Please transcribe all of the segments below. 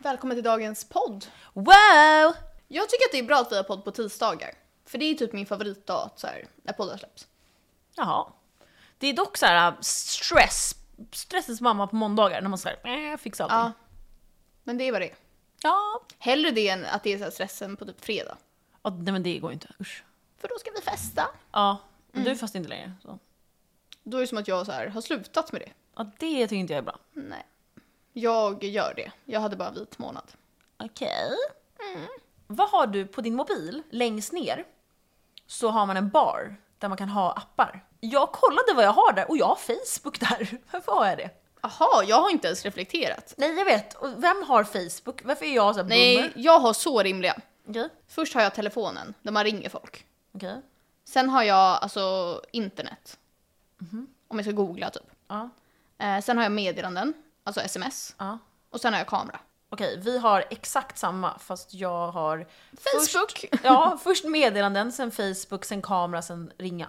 Välkommen till dagens podd. Wow! Jag tycker att det är bra att vi har podd på tisdagar. För det är typ min favoritdag så här, när poddar släpps. Jaha. Det är dock så här stressens mamma på måndagar när man säger fixa allting. Ja, men det är vad det är. Ja. Hellre det än att det är så här stressen på typ fredag. Ja, nej, men det går inte. Usch. För då ska vi festa. Ja, men du är fast inte längre. Så. Då är det som att jag så här, har slutat med det. Ja, det tycker inte jag är bra. Nej. Jag gör det. Jag hade bara en vit månad. Okej. Vad har du på din mobil? Längst ner så har man en bar där man kan ha appar. Jag kollade vad jag har där och jag har Facebook där. Varför har jag det? Aha, jag har inte ens reflekterat. Nej, jag vet. Och vem har Facebook? Varför är jag så här Nej, boomer? jag har så rimliga. Okej. Först har jag telefonen där man ringer folk. Okej. Sen har jag alltså internet. Om jag ska googla typ. Ja. Sen har jag meddelanden, alltså sms. Ja. Och sen har jag kamera. Okej, vi har exakt samma fast jag har Facebook! först meddelanden, sen Facebook, sen kamera, sen ringa.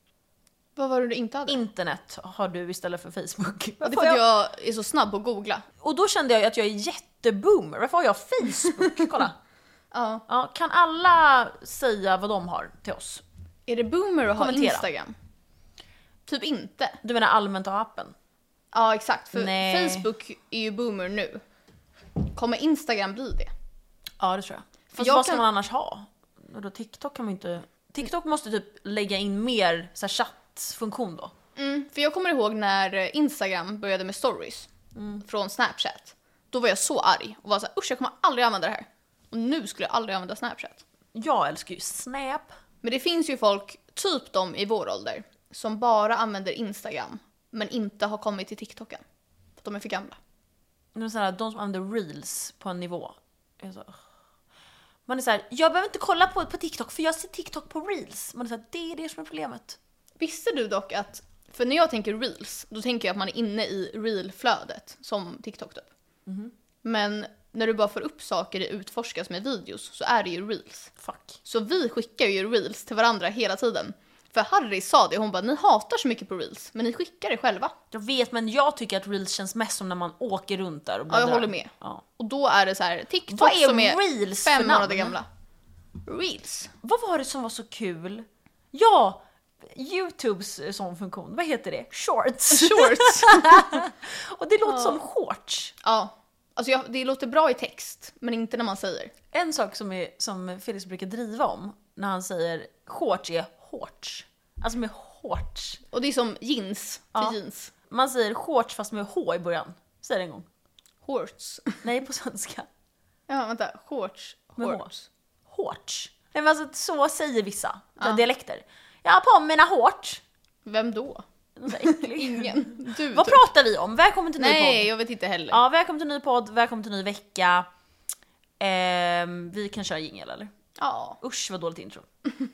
Vad var det du inte hade? Internet har du istället för Facebook. Det är för att jag är så snabb på att googla. Och då kände jag att jag är jätteboomer. Varför har jag Facebook? Kolla. Ja. Ja, kan alla säga vad de har till oss? Är det boomer att ha Kommentera. Instagram? Typ inte. Du menar allmänt ha appen? Ja, exakt. För Nej. Facebook är ju boomer nu. Kommer Instagram bli det? Ja, det tror jag. Fast jag vad ska kan- man annars ha? Och då TikTok kan man inte... TikTok måste typ lägga in mer så här, chattfunktion då. För jag kommer ihåg när Instagram började med stories från Snapchat. Då var jag så arg och var så här, usch jag kommer aldrig använda det här. Och nu skulle jag aldrig använda Snapchat. Jag älskar ju Snap. Men det finns ju folk, typ de i vår ålder, som bara använder Instagram men inte har kommit till TikToken. För att de är för gamla. De, så här, de som använder reels på en nivå. Är så, man är så här, jag behöver inte kolla på TikTok för jag ser TikTok på reels. Man är så här, det är det som är problemet. Visste du dock att, för när jag tänker reels, då tänker jag att man är inne i reel-flödet, som TikTok typ. Men när du bara får upp saker i utforskas med videos så är det ju reels. Fuck. Så vi skickar ju reels till varandra hela tiden. För Harry sa det, hon bara, ni hatar så mycket på reels, men ni skickar det själva. Jag vet, men jag tycker att reels känns mest som när man åker runt där och Ja, bläddrar. jag håller med. Ja. Och då är det så här, TikTok Vad är som är reels 5 för månader namn? gamla. Reels. Vad var det som var så kul? Ja, YouTubes sån funktion. Vad heter det? Shorts. Shorts. Och det låter som shorts. Ja, alltså det låter bra i text, men inte när man säger. En sak som Felix brukar driva om när han säger shorts är shorts. Alltså med shorts. Och det är som jeans för Ja. jeans. Man säger shorts fast med H i början. Säg det en gång. Shorts. Nej, på svenska. Ja, vänta. Shorts. Med H. Shorts. Shorts. Nej, men alltså, så säger vissa dialekter. Jag har på mina shorts. Vem då? Ingen. Du Vad typ. pratar vi om? Välkommen till ny Nej, podd. jag vet inte heller. Ja, välkommen till ny podd, välkommen till ny vecka. Vi kan köra jingle eller? Ja. Usch vad dåligt intro.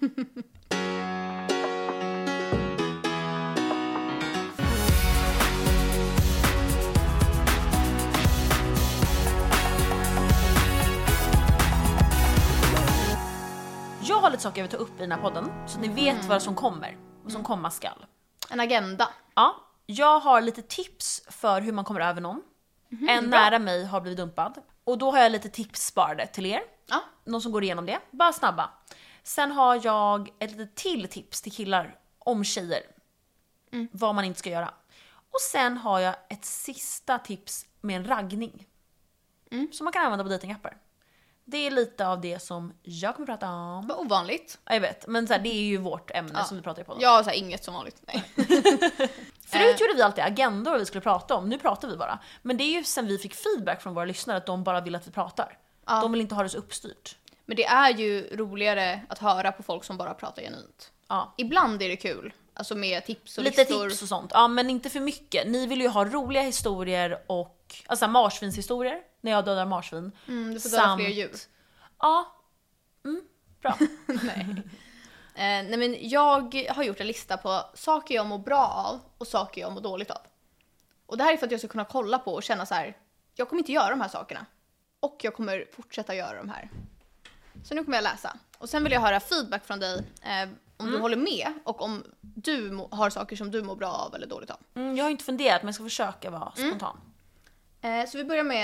Jag har lite saker jag vill ta upp i den här podden så att ni vet vad som kommer. Vad som komma skall. En agenda. Ja, jag har lite tips för hur man kommer över någon. En nära mig har blivit dumpad. Och då har jag lite tips sparade till er. Ja. Någon som går igenom det. Bara snabba. Sen har jag ett litet till tips till killar om tjejer. Vad man inte ska göra. Och sen har jag ett sista tips med en raggning. Som man kan använda på datingappar. Det är lite av det som jag kommer prata om. Vad ovanligt. Ja, jag vet, men så här, det är ju vårt ämne som vi pratar på. Jag har så här, inget som vanligt. Nej. Förut gjorde vi alltid agendor vad vi skulle prata om, nu pratar vi bara. Men det är ju sen vi fick feedback från våra lyssnare att de bara vill att vi pratar. De vill inte ha det så uppstyrt. Men det är ju roligare att höra på folk som bara pratar genuint. Ja. Ibland är det kul. Alltså med tips och Lite listor. tips och sånt, ja men inte för mycket. Ni vill ju ha roliga historier och alltså marsvinshistorier, när jag dödar marsvin. Du får döda fler djur. Ja, bra. Nej men jag har gjort en lista på saker jag mår bra av och saker jag mår dåligt av. Och det här är för att jag ska kunna kolla på och känna så här: jag kommer inte göra de här sakerna. Och jag kommer fortsätta göra de här. Så nu kommer jag läsa. Och sen vill jag höra feedback från dig om du håller med och om du har saker som du mår bra av eller dåligt av. Jag har inte funderat men jag ska försöka vara spontan. Så vi börjar med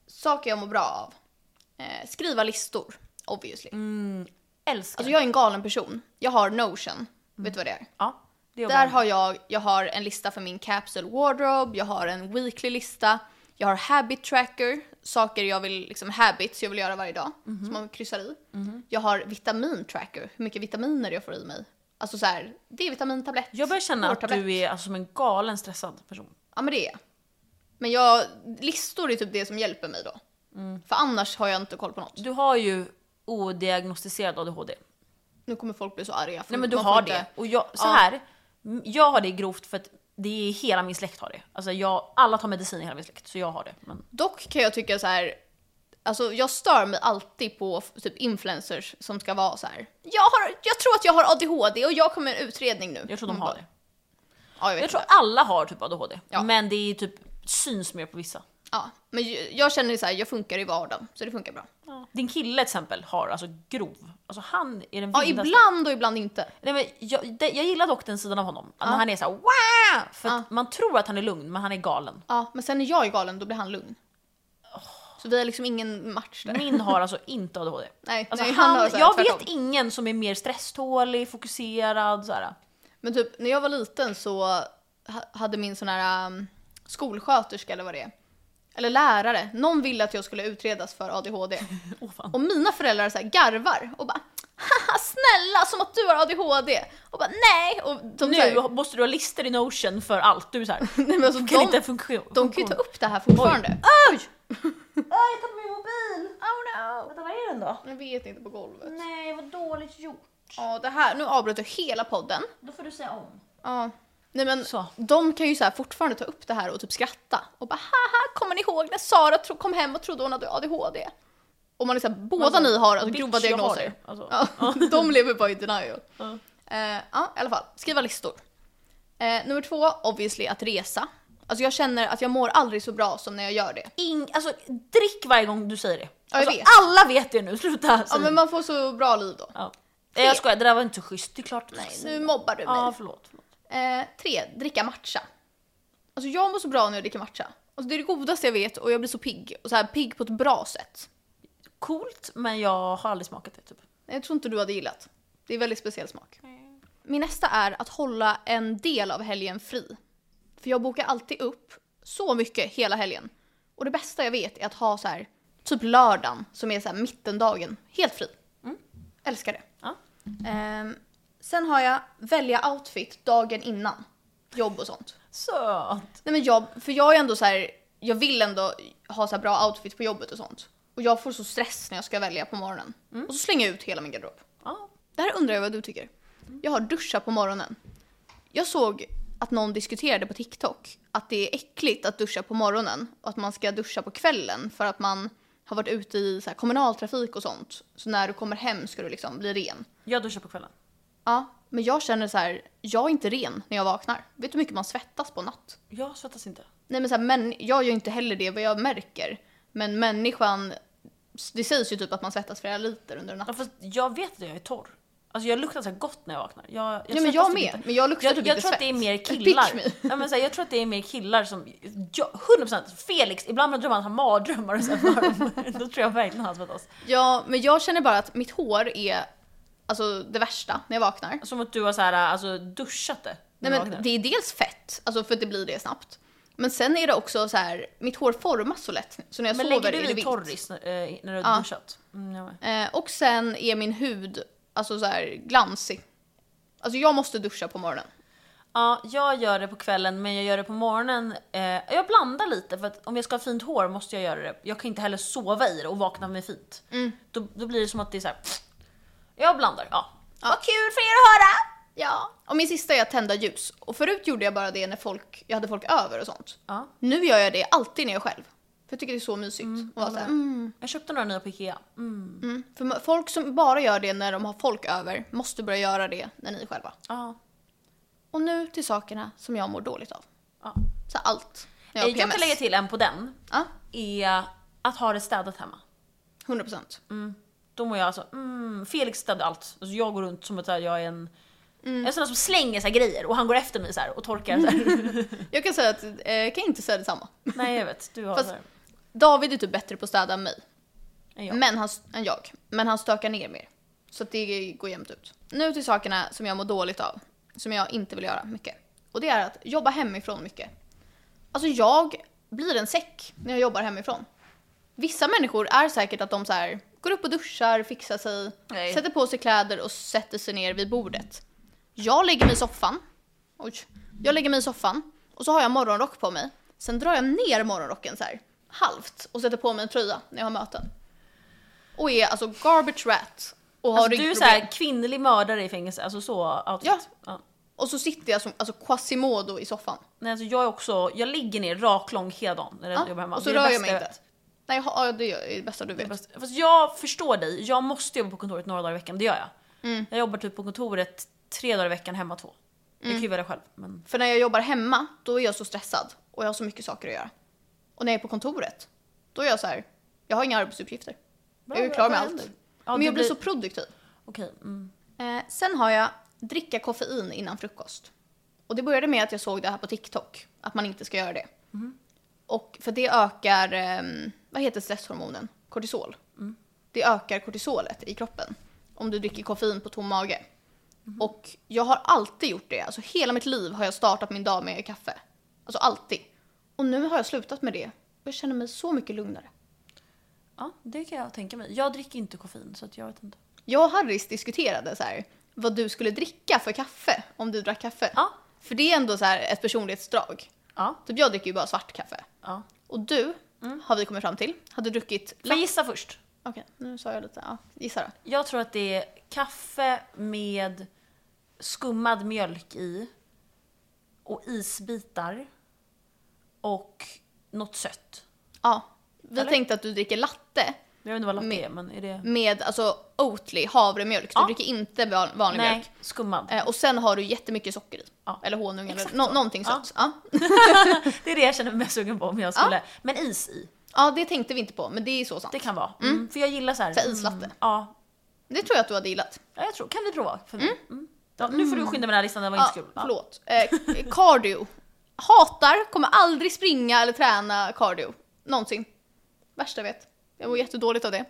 saker jag mår bra av. Skriva listor, obviously. Älskar. Alltså jag är en galen person. Jag har Notion. Vet du vad det är? Ja, det är Där har jag har en lista för min capsule wardrobe. Jag har en weekly lista. Jag har habit tracker. Saker jag vill, liksom habits jag vill göra varje dag. Som man kryssar i. Jag har vitamin tracker. Hur mycket vitaminer jag får i mig. Alltså så här, D-vitamintablett. Jag börjar känna att hårtablett. du är alltså som en galen stressad person. Ja men det är jag. Men listor är typ det som hjälper mig då. För annars har jag inte koll på något. Du har ju odiagnostiserad ADHD. Nu kommer folk bli så arga. För Nej men du man får har inte- det. Och jag har det grovt för att det är hela min släkt har det. Alltså alla tar medicin i hela min släkt, så jag har det. Men... Dock kan jag tycka så här. Alltså jag stör mig alltid på typ influencers som ska vara så här. Jag tror att jag har ADHD och jag kommer en utredning nu. Jag tror de har det. Ja, jag Jag tror inte. alla har typ ADHD. Ja. Men det är typ syns mer på vissa. Ja, men jag känner så här, jag funkar i vardagen så det funkar bra. Din kille till exempel har alltså grov. Alltså han är den Ja, vildaste. ibland och ibland inte. Nej, men jag gillar dock den sidan av honom. När han är så här, wow! För att man tror att han är lugn, men han är galen. Ja, men sen när jag är galen då blir han lugn. Så vi har liksom ingen match där. Min har alltså inte ADHD. Nej, Alltså nej, han har så här, jag tvärtom. vet ingen som är mer stresstålig, fokuserad så här. Men typ när jag var liten så hade min sån här skolsköterska eller vad det är. Eller lärare. Någon ville att jag skulle utredas för ADHD. Fan. Och mina föräldrar så här garvar och bara haha snälla som att du har ADHD. Och bara nej. Och de, så Nu här, måste du ha listor i Notion för allt. Du är så här, nej, men alltså, kan inte funktion. de kan ju ta upp det här fortfarande. Oj! Jag tappade min mobil! Oh no! Vänta, vad är den då? Jag vet inte på golvet. Nej, vad dåligt gjort. Ja, det här, nu avbröt jag hela podden. Då får du säga om. Ja. Nej men Så. de kan ju så här fortfarande ta upp det här och typ skratta. Och bara haha, kommer ni ihåg när Sara kom hem och trodde hon hade ADHD? Och man är så här, båda Alltså, ni har bitch, grova jag har diagnoser. det. Alltså. Ja, de lever bara i denial. Ja. Ja, i alla fall. Skriva listor. Nummer 2, obviously att resa. Alltså jag känner att jag mår aldrig så bra som när jag gör det. Alltså, drick varje gång du säger det. jag Alltså, vet. alla vet det nu, sluta Ja, säga. men man får så bra liv då. Ja. Jag skojar, det där var inte så schysst. Det är klart. Nej, nu mobbar du mig. Ja, förlåt. 3, dricka matcha. Alltså jag mår så bra när jag dricker matcha. Alltså det är det godaste jag vet och jag blir så pigg. Och så här pigg på ett bra sätt. Coolt, men jag har aldrig smakat det typ. Jag tror inte du hade gillat. Det är väldigt speciell smak. Min nästa är att hålla en del av helgen fri. För jag bokar alltid upp så mycket hela helgen. Och det bästa jag vet är att ha så här typ lördagen som är så här mittendagen helt fri. Älskar det. Ja. Sen har jag välja outfit dagen innan jobb och sånt. Söt. Nej men för jag är ändå så här, jag vill ändå ha så här bra outfit på jobbet och sånt. Och jag får så stress när jag ska välja på morgonen. Och så slänger jag ut hela min garderob. Ja. Det här undrar jag vad du tycker. Jag har duschat på morgonen. Jag såg att någon diskuterade på TikTok att det är äckligt att duscha på morgonen och att man ska duscha på kvällen för att man har varit ute i så här kommunaltrafik och sånt. Så när du kommer hem ska du liksom bli ren. Jag duschar på kvällen. Ja, men jag känner så här, jag är inte ren när jag vaknar. Vet du hur mycket man svettas på natt? Jag svettas inte. Nej men så här, jag gör inte heller det vad jag märker. Men människan, det sägs ju typ att man svettas flera liter under en natt. Ja, fast jag vet att jag är torr. Alltså jag luktar så här gott när jag vaknar. Ja, men svettas jag typ med. inte. Men jag luktar typ Jag inte tror att svett. det är mer Bitch killar. me. Ja, men så här, jag tror att det är mer killar som... 100% Felix, ibland drömmer han har mardrömmar och så här, då tror jag verkligen han svettas. Ja, men jag känner bara att mitt hår är alltså det värsta när jag vaknar. Som att du har så här, alltså, duschat det. Nej men det är dels fett, alltså för att det blir det snabbt. Men sen är det också så här, mitt hår formas så lätt. Så när jag Men sover lägger är du det i vitt. torris när du har duschat? Jag med. Och sen är min hud alltså så här glansig. Alltså jag måste duscha på morgonen. Ja, jag gör det på kvällen, men jag gör det på morgonen. Jag blandar lite, för att om jag ska ha fint hår måste jag göra det. Jag kan inte heller sova i det och vakna med fint. Då blir det som att det är så här. Jag blandar, ja. Vad kul för er att höra! Ja. Och min sista är att tända ljus. Och förut gjorde jag bara det när jag hade folk över och sånt. Ja. Nu gör jag det alltid när jag är själv. För jag tycker det är så mysigt. Och vara så här, Jag köpte några nya på Ikea. För folk som bara gör det när de har folk över måste börja göra det när ni är själva. Ja. Och nu till sakerna som jag mår dåligt av. Ja. Så allt. När jag har Jag PMS. kan lägga till en på den. Ja, Är att ha det städat hemma. 100%. Då mår jag alltså, Felix städar allt. Alltså jag går runt som att jag är en... En sån som slänger så här grejer och han går efter mig så här och torkar så här. Jag kan säga att jag kan inte säga detsamma. Nej jag vet, du har Fast- så här. David är typ bättre på att städa än mig. Än jag. Men han stökar ner mer. Så att det går jämnt ut. Nu till sakerna som jag mår dåligt av. Som jag inte vill göra mycket. Och det är att jobba hemifrån mycket. Alltså jag blir en säck när jag jobbar hemifrån. Vissa människor är säkert att de så här går upp och duschar, fixar sig, sätter på sig kläder och sätter sig ner vid bordet. Jag lägger mig i soffan. Jag lägger mig i soffan och så har jag morgonrock på mig. Sen drar jag ner morgonrocken så här halvt och sätter på mig en tröja när jag har möten. Och är alltså garbage rat. Och har alltså, du är så här kvinnlig mördare i fängelse, alltså så outfit. Ja. Och så sitter jag som alltså Quasimodo i soffan. Nej, alltså jag ligger ner raklång hela dagen när jag jobbar hemma. Och så rör jag mig inte. Nej, det är det bästa du vet. Fast jag förstår dig, jag måste jobba på kontoret några dagar i veckan, det gör jag. Jag jobbar typ på kontoret 3 dagar i veckan, hemma 2. Jag kan ju välja själv. Men... För när jag jobbar hemma, då är jag så stressad. Och jag har så mycket saker att göra. Och när jag är på kontoret, då är jag så här, jag har inga arbetsuppgifter. Jag är klar med allt. Ja, men jag blir så produktiv. Okej. Sen har jag dricka koffein innan frukost. Och det började med att jag såg det här på TikTok. Att man inte ska göra det. Och för det ökar, vad heter stresshormonen? Kortisol. Det ökar kortisolet i kroppen. Om du dricker koffein på tom mage. Och jag har alltid gjort det. Alltså hela mitt liv har jag startat min dag med kaffe. Alltså alltid. Och nu har jag slutat med det. Och jag känner mig så mycket lugnare. Ja, det kan jag tänka mig. Jag dricker inte koffein så att jag vet inte. Jag och Harris diskuterade så här, vad du skulle dricka för kaffe om du drack kaffe. Ja. För det är ändå så här ett personlighetsdrag. Ja. Typ jag dricker ju bara svart kaffe. Ja. Och du, har vi kommit fram till, hade druckit... Får jag gissa först? Okej, nu sa jag lite. Ja, gissa då. Jag tror att det är kaffe med skummad mjölk i och isbitar och något sött. Ja, vi Eller? tänkte att du dricker latte. Jag vet inte vad latte är, men är det... Med alltså Oatly, havremjölk. Du dricker inte vanlig Nej, mjölk. skummad. Och sen har du jättemycket socker i. Ja. Eller honung eller någonting sött. Ja. Det är det jag känner mig mest sugen på om jag skulle... Men is i. Ja, det tänkte vi inte på, men det är så sant. Det kan vara. För jag gillar så här... Så islatte. Ja. Det tror jag att du hade gillat. Ja, jag tror. Kan vi prova? För mig? Ja, nu får du skynda med den här listan, det var inte så kul. Förlåt. Cardio. Hatar, kommer aldrig springa eller träna cardio. Någonsin. Värsta jag vet. Jag mår jättedåligt av det.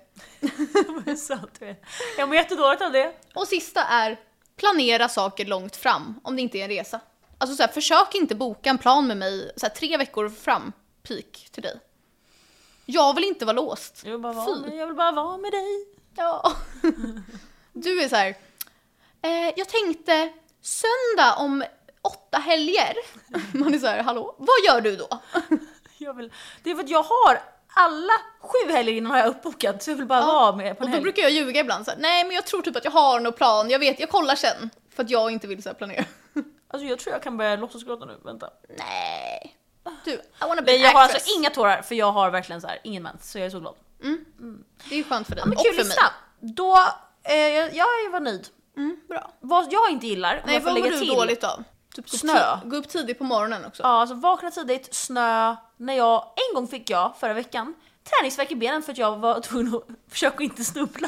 Jag mår jättedåligt av det. Och sista är planera saker långt fram om det inte är en resa. Alltså så här, försök inte boka en plan med mig så här, 3 veckor fram, peak till dig. Jag vill inte vara låst. Jag vill bara vara med dig. Ja. Du är så här. Jag tänkte söndag om 8 helger. Man är så här, hallå, vad gör du då? Det är för att jag har alla 7 helger innan har jag uppbokat, så jag vill bara vara med på en helg. Och då helg. brukar jag ljuga ibland så här, nej men jag tror typ att jag har någon plan, jag kollar sen. För att jag inte vill så här planera. Alltså jag tror jag kan börja låtsasgråta nu, vänta. Nej. Du, I wanna be jag actress. har alltså inga tårar, för jag har verkligen så här, ingen mens, så jag är så glad. Det är ju skönt för dig, men och kul för lista. mig. Då, jag var nöjd. Bra. Vad jag inte gillar, nej, vad mår du dåligt av? Typ snö. Gå upp tidigt på morgonen också. Ja, alltså vakna tidigt, snö. En gång fick jag förra veckan träningsvärk i benen för att jag var tvungen att försöka inte snubbla.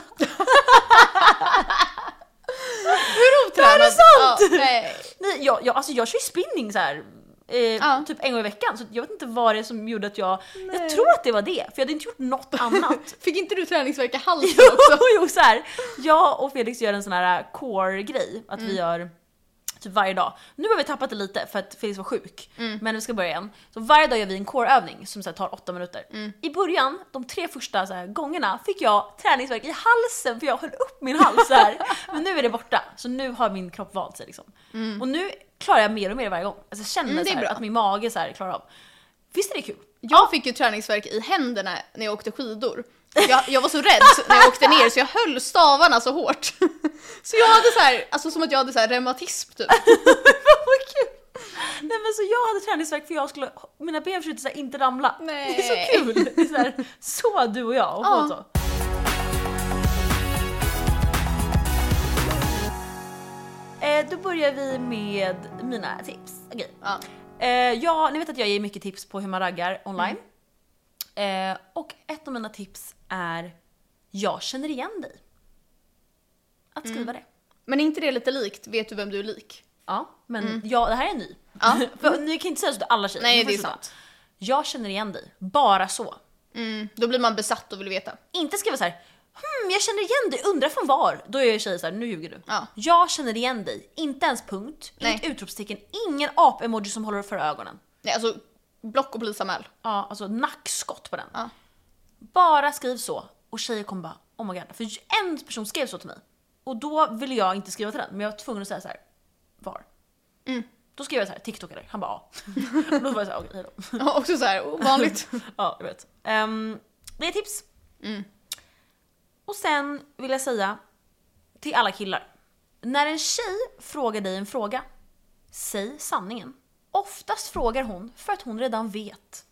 Hur otränad? Är det sant? Ja, nej. Nej, jag kör ju spinning så här. Typ en gång i veckan, så jag vet inte vad det är som gjorde att jag tror att det var det, för jag hade inte gjort något annat. Fick inte du träningsvärk i halsen också? Jo, så här. Jag och Felix gör en sån här core-grej, att vi gör typ varje dag. Nu har vi tappat det lite för att Felix var sjuk, men vi ska börja igen. Så varje dag gör vi en core-övning som så här, tar 8 minuter. I början, de 3 första så här, gångerna, fick jag träningsvärk i halsen för jag höll upp min hals så här. Men nu är det borta, så nu har min kropp valt sig liksom. Och nu klarar jag mer och mer varje gång. Alltså jag känner så här, att min mage så här, klarar av. Visst är det kul? Jag fick ju träningsvärk i händerna när jag åkte skidor. Jag var så rädd när jag åkte ner så jag höll stavarna så hårt. Så jag hade så här, alltså som att jag hade så här reumatism typ. Vad kul! Nej men så jag hade träningsvärk för mina ben försökte så här, inte ramla. Nej. Det är så kul! Det är så, här, så du och jag och så. Då börjar vi med mina tips. Okay. Ni vet att jag ger mycket tips på hur man raggar online. Och ett av mina tips är: jag känner igen dig. Att skriva det. Men är inte det lite likt? Vet du vem du är lik? Ja, men det här är ny. För ni kan inte säga så att alla tjejer. Nej, det är sant. Jag känner igen dig. Bara så. Då blir man besatt och vill veta. Inte skriva så här: jag känner igen dig, undrar från var. Då är jag tjej så här: nu ljuger du. Ja. Jag känner igen dig, inte ens punkt, Nej. inget utropstecken, ingen ap-emoji som håller för ögonen. Nej, alltså block och polisanmäl. Ja, alltså nackskott på den. Ja. Bara skriv så. Och tjejer kommer bara, oh my god. För en person skrev så till mig. Och då ville jag inte skriva till den. Men jag var tvungen att säga så här: var? Då skrev jag så här: TikTok eller? Han bara, ja. Då var jag så här, okej, hejdå. Ja, också så här ovanligt. Ja, jag vet. Det är tips. Och sen vill jag säga till alla killar: när en tjej frågar dig en fråga, säg sanningen. Oftast frågar hon för att hon redan vet.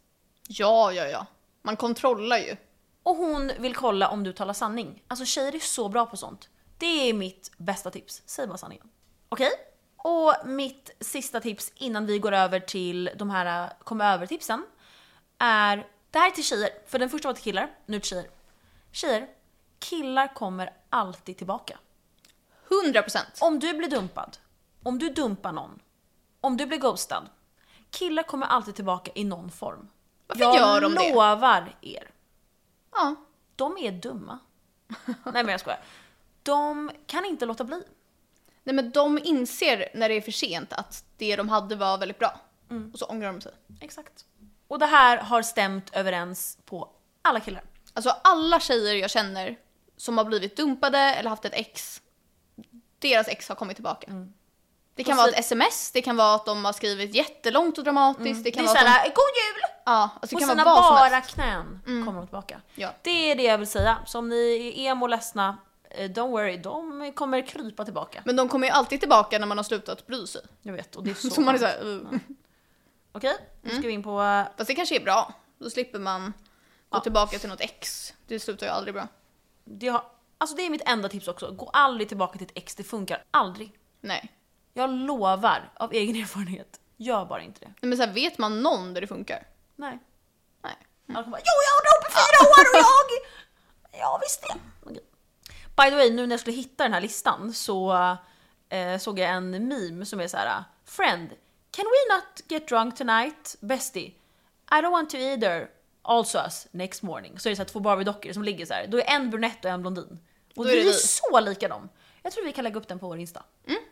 Ja. Man kontrollerar ju. Och hon vill kolla om du talar sanning. Alltså tjejer är så bra på sånt. Det är mitt bästa tips. Säg bara sanningen. Okej? Och mitt sista tips innan vi går över till de här komma över tipsen är, det här är till tjejer. För den första var till killar, nu till tjejer. Tjejer, killar kommer alltid tillbaka. 100%. Om du blir dumpad, om du dumpar någon, om du blir ghostad, killar kommer alltid tillbaka i någon form. Varför gör de det? Jag lovar er. Ja. De är dumma. Nej men jag skojar. De kan inte låta bli. Nej, men de inser när det är för sent att det de hade var väldigt bra. Och så ångrar de sig. Exakt. Och det här har stämt överens på alla killar. Alltså alla tjejer jag känner som har blivit dumpade eller haft ett ex, deras ex har kommit tillbaka. Det kan vara ett sms, det kan vara att de har skrivit jättelångt och dramatiskt. Det kan Det är vara såhär, att god jul! ja, alltså det På kan sina vara vad som bara helst. knän kommer de tillbaka. Ja. Det är det jag vill säga. Så om ni är emo och ledsna, don't worry, de kommer krypa tillbaka. Men de kommer ju alltid tillbaka när man har slutat bry sig. Jag vet, och det är så. Så man är såhär, Okej, nu ska vi in på... Fast det kanske är bra. Då slipper man gå tillbaka till något ex. Det slutar ju aldrig bra. det är mitt enda tips också. Gå aldrig tillbaka till ett ex, det funkar aldrig. Nej. Jag lovar av egen erfarenhet. Gör bara inte det. Nej, men så här, vet man någon där det funkar? Nej. Nej. Alla kommer bara, jo jag har hållit på 4 år och jag... Ja visst det. Okej. By the way, nu när jag skulle hitta den här listan så såg jag en meme som är så här: friend, can we not get drunk tonight? Bestie, I don't want to either. Also us, next morning. Så är det så här 2 Barbie-dockor som ligger så här. Då är en brunett och en blondin. Och Då är det vi är vi. så lika dem. Jag tror vi kan lägga upp den på vår Insta.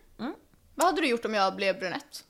Vad hade du gjort om jag blev brunett?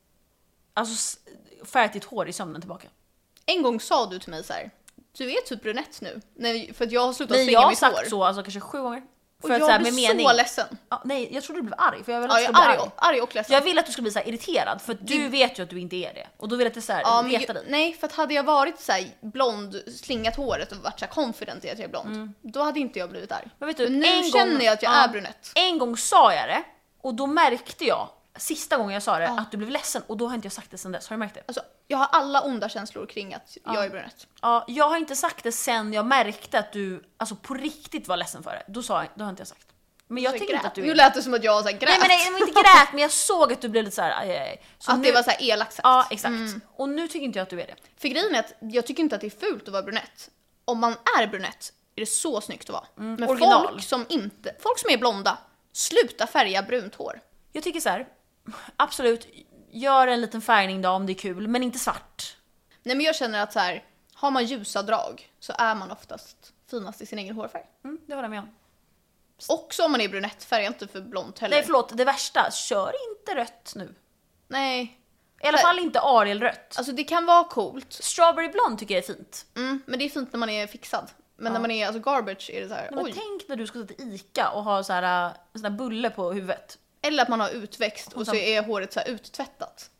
Alltså färgat ditt hår i sömnen tillbaka. En gång sa du till mig så här: du är typ brunett nu. Nej, för att jag har slutat Nej, svinga jag har mitt hår. sagt så alltså kanske 7 gånger. Och För att jag så här, blev med mening. så ledsen. Ja, nej, jag trodde du blev arg för jag vill Ja, att du jag ska är bli arg. arg och ledsen. Jag vill att du ska bli så här irriterad för att du vet ju att du inte är det. Och då vill jag att det så här, Ja, men reta dig. nej, för att hade jag varit så här blond, slingat håret och varit så här confident i att jag är blond, då hade inte jag blivit arg. Men vet du, Men nu en känner gång- jag att jag ja. är brunett. En gång sa jag det och då märkte jag, sista gången jag sa det, att du blev ledsen och då har inte jag sagt det sen dess. Har du märkt det? Alltså, jag har alla onda känslor kring att jag är brunett. Ja, jag har inte sagt det sen jag märkte att du alltså på riktigt var ledsen för det. Då har inte jag sagt. Men jag Så tycker inte att du Nu är... lät det som att jag så här grät. Nej, men inte grät, men jag såg att du blev lite så här. Aj. Så att nu... det var så här elakt sagt. Ja, exakt. Och nu tycker inte jag att du är det. För grejen är att jag tycker inte att det är fult att vara brunett. Om man är brunett är det så snyggt att vara. Men original. folk som är blonda, sluta färga brunt hår. Jag tycker så här, absolut, gör en liten färgning då om det är kul, men inte svart. Nej, men jag känner att så här, har man ljusa drag så är man oftast finast i sin egen hårfärg. Det håller jag med om. Också om man är brunett, färga inte för blont heller. Nej förlåt, det värsta, kör inte rött nu. Nej. I alla fall inte Ariel-rött. Alltså det kan vara coolt. Strawberry blond tycker jag är fint. Men det är fint när man är fixad. Men när man är alltså garbage är det så här, Men oj. tänk när du ska sätta Ica och ha så här, en sån här bulle på huvudet. Eller att man har utväxt och så är håret så här uttvättat.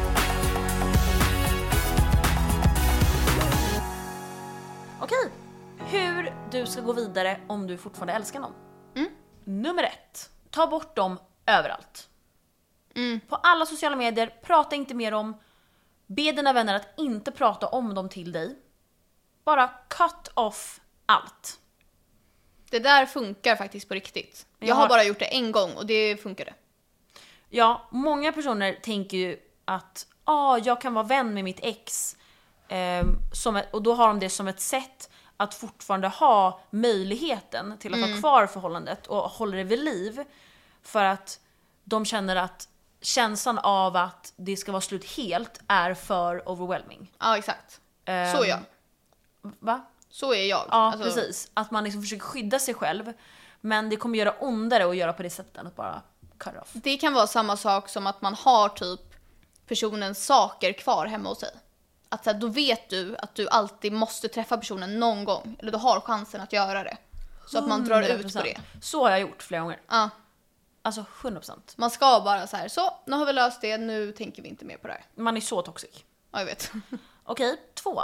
Okej, hur du ska gå vidare om du fortfarande älskar någon. Nummer 1, ta bort dem överallt. På alla sociala medier, prata inte mer om. Be dina vänner att inte prata om dem till dig. Bara cut off allt. Det där funkar faktiskt på riktigt. Jag har bara gjort det en gång och det funkade. Ja, många personer tänker ju att jag kan vara vän med mitt ex. Och då har de det som ett sätt att fortfarande ha möjligheten till att ha kvar förhållandet och hålla det vid liv. För att de känner att känslan av att det ska vara slut helt är för overwhelming. Ja, exakt. Så ja. Va? Så är jag. Ja, precis. Att man liksom försöker skydda sig själv. Men det kommer göra ondare att göra på det sättet än att bara cut off. Det kan vara samma sak som att man har typ personens saker kvar hemma hos sig. Att så här, då vet du att du alltid måste träffa personen någon gång. Eller du har chansen att göra det. Så att man drar ut på det. Så har jag gjort flera gånger. Ja. Alltså 100%. Man ska bara så här, så nu har vi löst det, nu tänker vi inte mer på det här. Man är så toxic. Ja, jag vet. Okej, 2.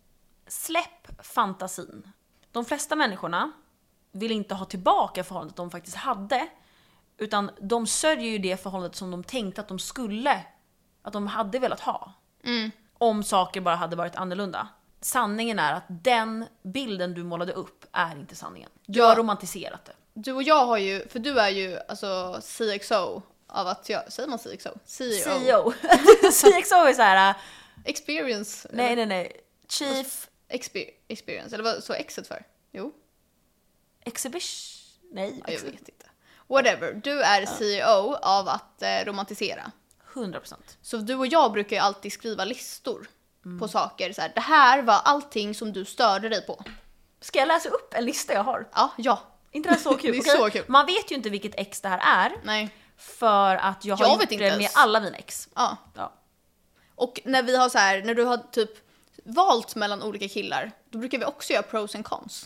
Släpp fantasin. De flesta människorna vill inte ha tillbaka förhållandet de faktiskt hade. Utan de sörjer ju det förhållandet som de tänkte att de skulle. Att de hade velat ha. Om saker bara hade varit annorlunda. Sanningen är att den bilden du målade upp är inte sanningen. Du har romantiserat det. Du och jag har ju, för du är ju alltså CXO av att jag, säger man CXO? CEO. CXO är så här. Experience. Nej. Chief Experience, eller vad så exet för? Jo. Exhibition. Nej, Ja, jag vet inte. Whatever, du är CEO av att romantisera. 100%. Så du och jag brukar ju alltid skriva listor på saker. Så här, det här var allting som du störde dig på. Ska jag läsa upp en lista jag har? Ja. Inte det så kul? Det är så kul. Man vet ju inte vilket ex det här är. Nej. För att jag har gjort det med alla mina ex. Ja. Ja. Och när vi har så här, när du har typ valt mellan olika killar, då brukar vi också göra pros and cons.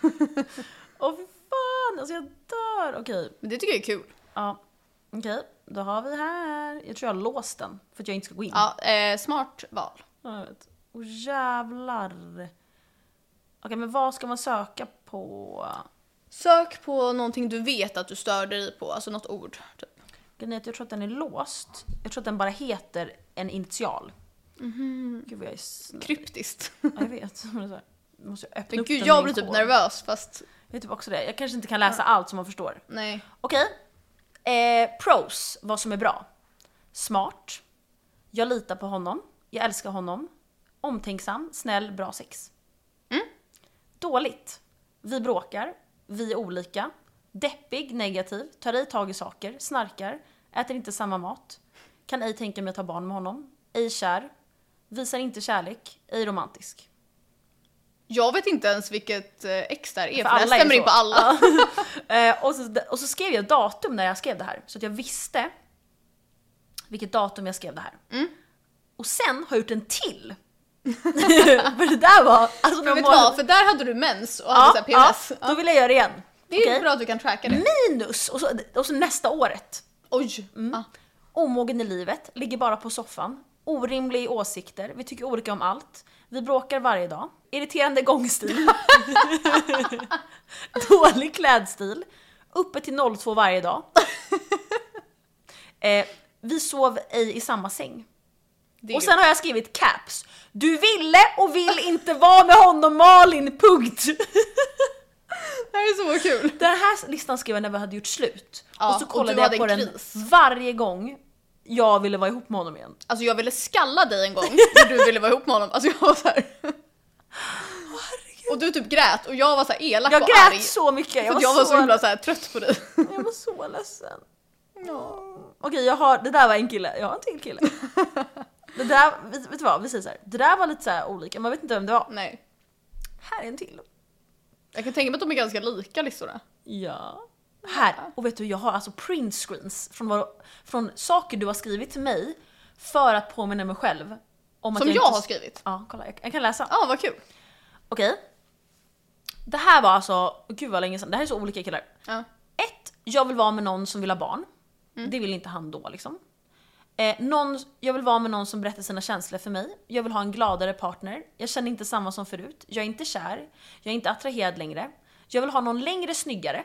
Åh fy fan, alltså jag dör. Okej. Men det tycker jag är kul. Ja. Okej, då har vi här. Jag tror jag har låst den för att jag inte ska gå in. Ja, smart val. Ja, jag vet. Åh jävlar. Okej, men vad ska man söka på? Sök på någonting du vet att du störde dig på, alltså något ord typ. Jag tror att den är låst. Jag tror att den bara heter en initial. Gud vad jag är snäll. Kryptiskt. Ja, jag vet. Måste jag öppna Men upp gud, den jag med blir en typ kod. nervös fast... Jag är typ också det. Jag kanske inte kan läsa allt som man förstår. Nej. Okej. Pros, vad som är bra. Smart. Jag litar på honom. Jag älskar honom. Omtänksam, snäll, bra sex. Dåligt. Vi bråkar. Vi är olika. Deppig, negativ. Tar ej tag i saker. Snarkar. Äter inte samma mat. Kan ej tänka mig att ta barn med honom. Ej kär. Visar inte kärlek. Ej romantisk. Jag vet inte ens vilket ex där är, För för det alla är stämmer så. in på alla. Och så skrev jag datum när jag skrev det här. Så att jag visste vilket datum jag skrev det här. Och sen har jag gjort en till. För det där var... Alltså, Men vet du vad, för där hade du mens och hade så här PMS. Då vill jag göra det igen. Det är Okej? bra att du kan tracka det. Minus! Och så nästa året. Oj. Omogen i livet, ligger bara på soffan. Orimliga åsikter, vi tycker olika om allt. Vi bråkar varje dag. Irriterande gångstil. Dålig klädstil. Uppe till 02 varje dag. Vi sov ej i samma säng. Och sen har jag skrivit caps. Du ville och vill inte vara med honom, Malin, punkt. Det här är så kul. Den här listan skrev jag när vi hade gjort slut. Ja, och så och kollade du jag hade på en den kris. varje gång jag ville vara ihop med honom igen. Alltså jag ville skalla dig en gång när du ville vara ihop med honom. Alltså jag var så här. Och du typ grät och jag var så här elak Jag och grät arg. så mycket. Jag var så himla så här trött på dig. Jag var så ledsen. Okej, det där var en kille. Jag har en till kille. Det där, vet du vad, vi säger så här. Det där var lite så här olika, man vet inte vem det var. Nej. Här är en till. Jag kan tänka mig att de är ganska lika listorna. Ja. Här, och vet du, jag har alltså print screens från saker du har skrivit till mig för att påminna mig själv om att Som jag har skrivit? Ja, kolla, jag kan läsa. Ja, vad kul. Okej. Det här var alltså, gud vad länge sedan, det här är så olika killar. Ja. 1. Jag vill vara med någon som vill ha barn. Det vill inte han då liksom. Jag vill vara med någon som berättar sina känslor för mig. Jag vill ha en gladare partner. Jag känner inte samma som förut. Jag är inte kär. Jag är inte attraherad längre. Jag vill ha någon längre snyggare.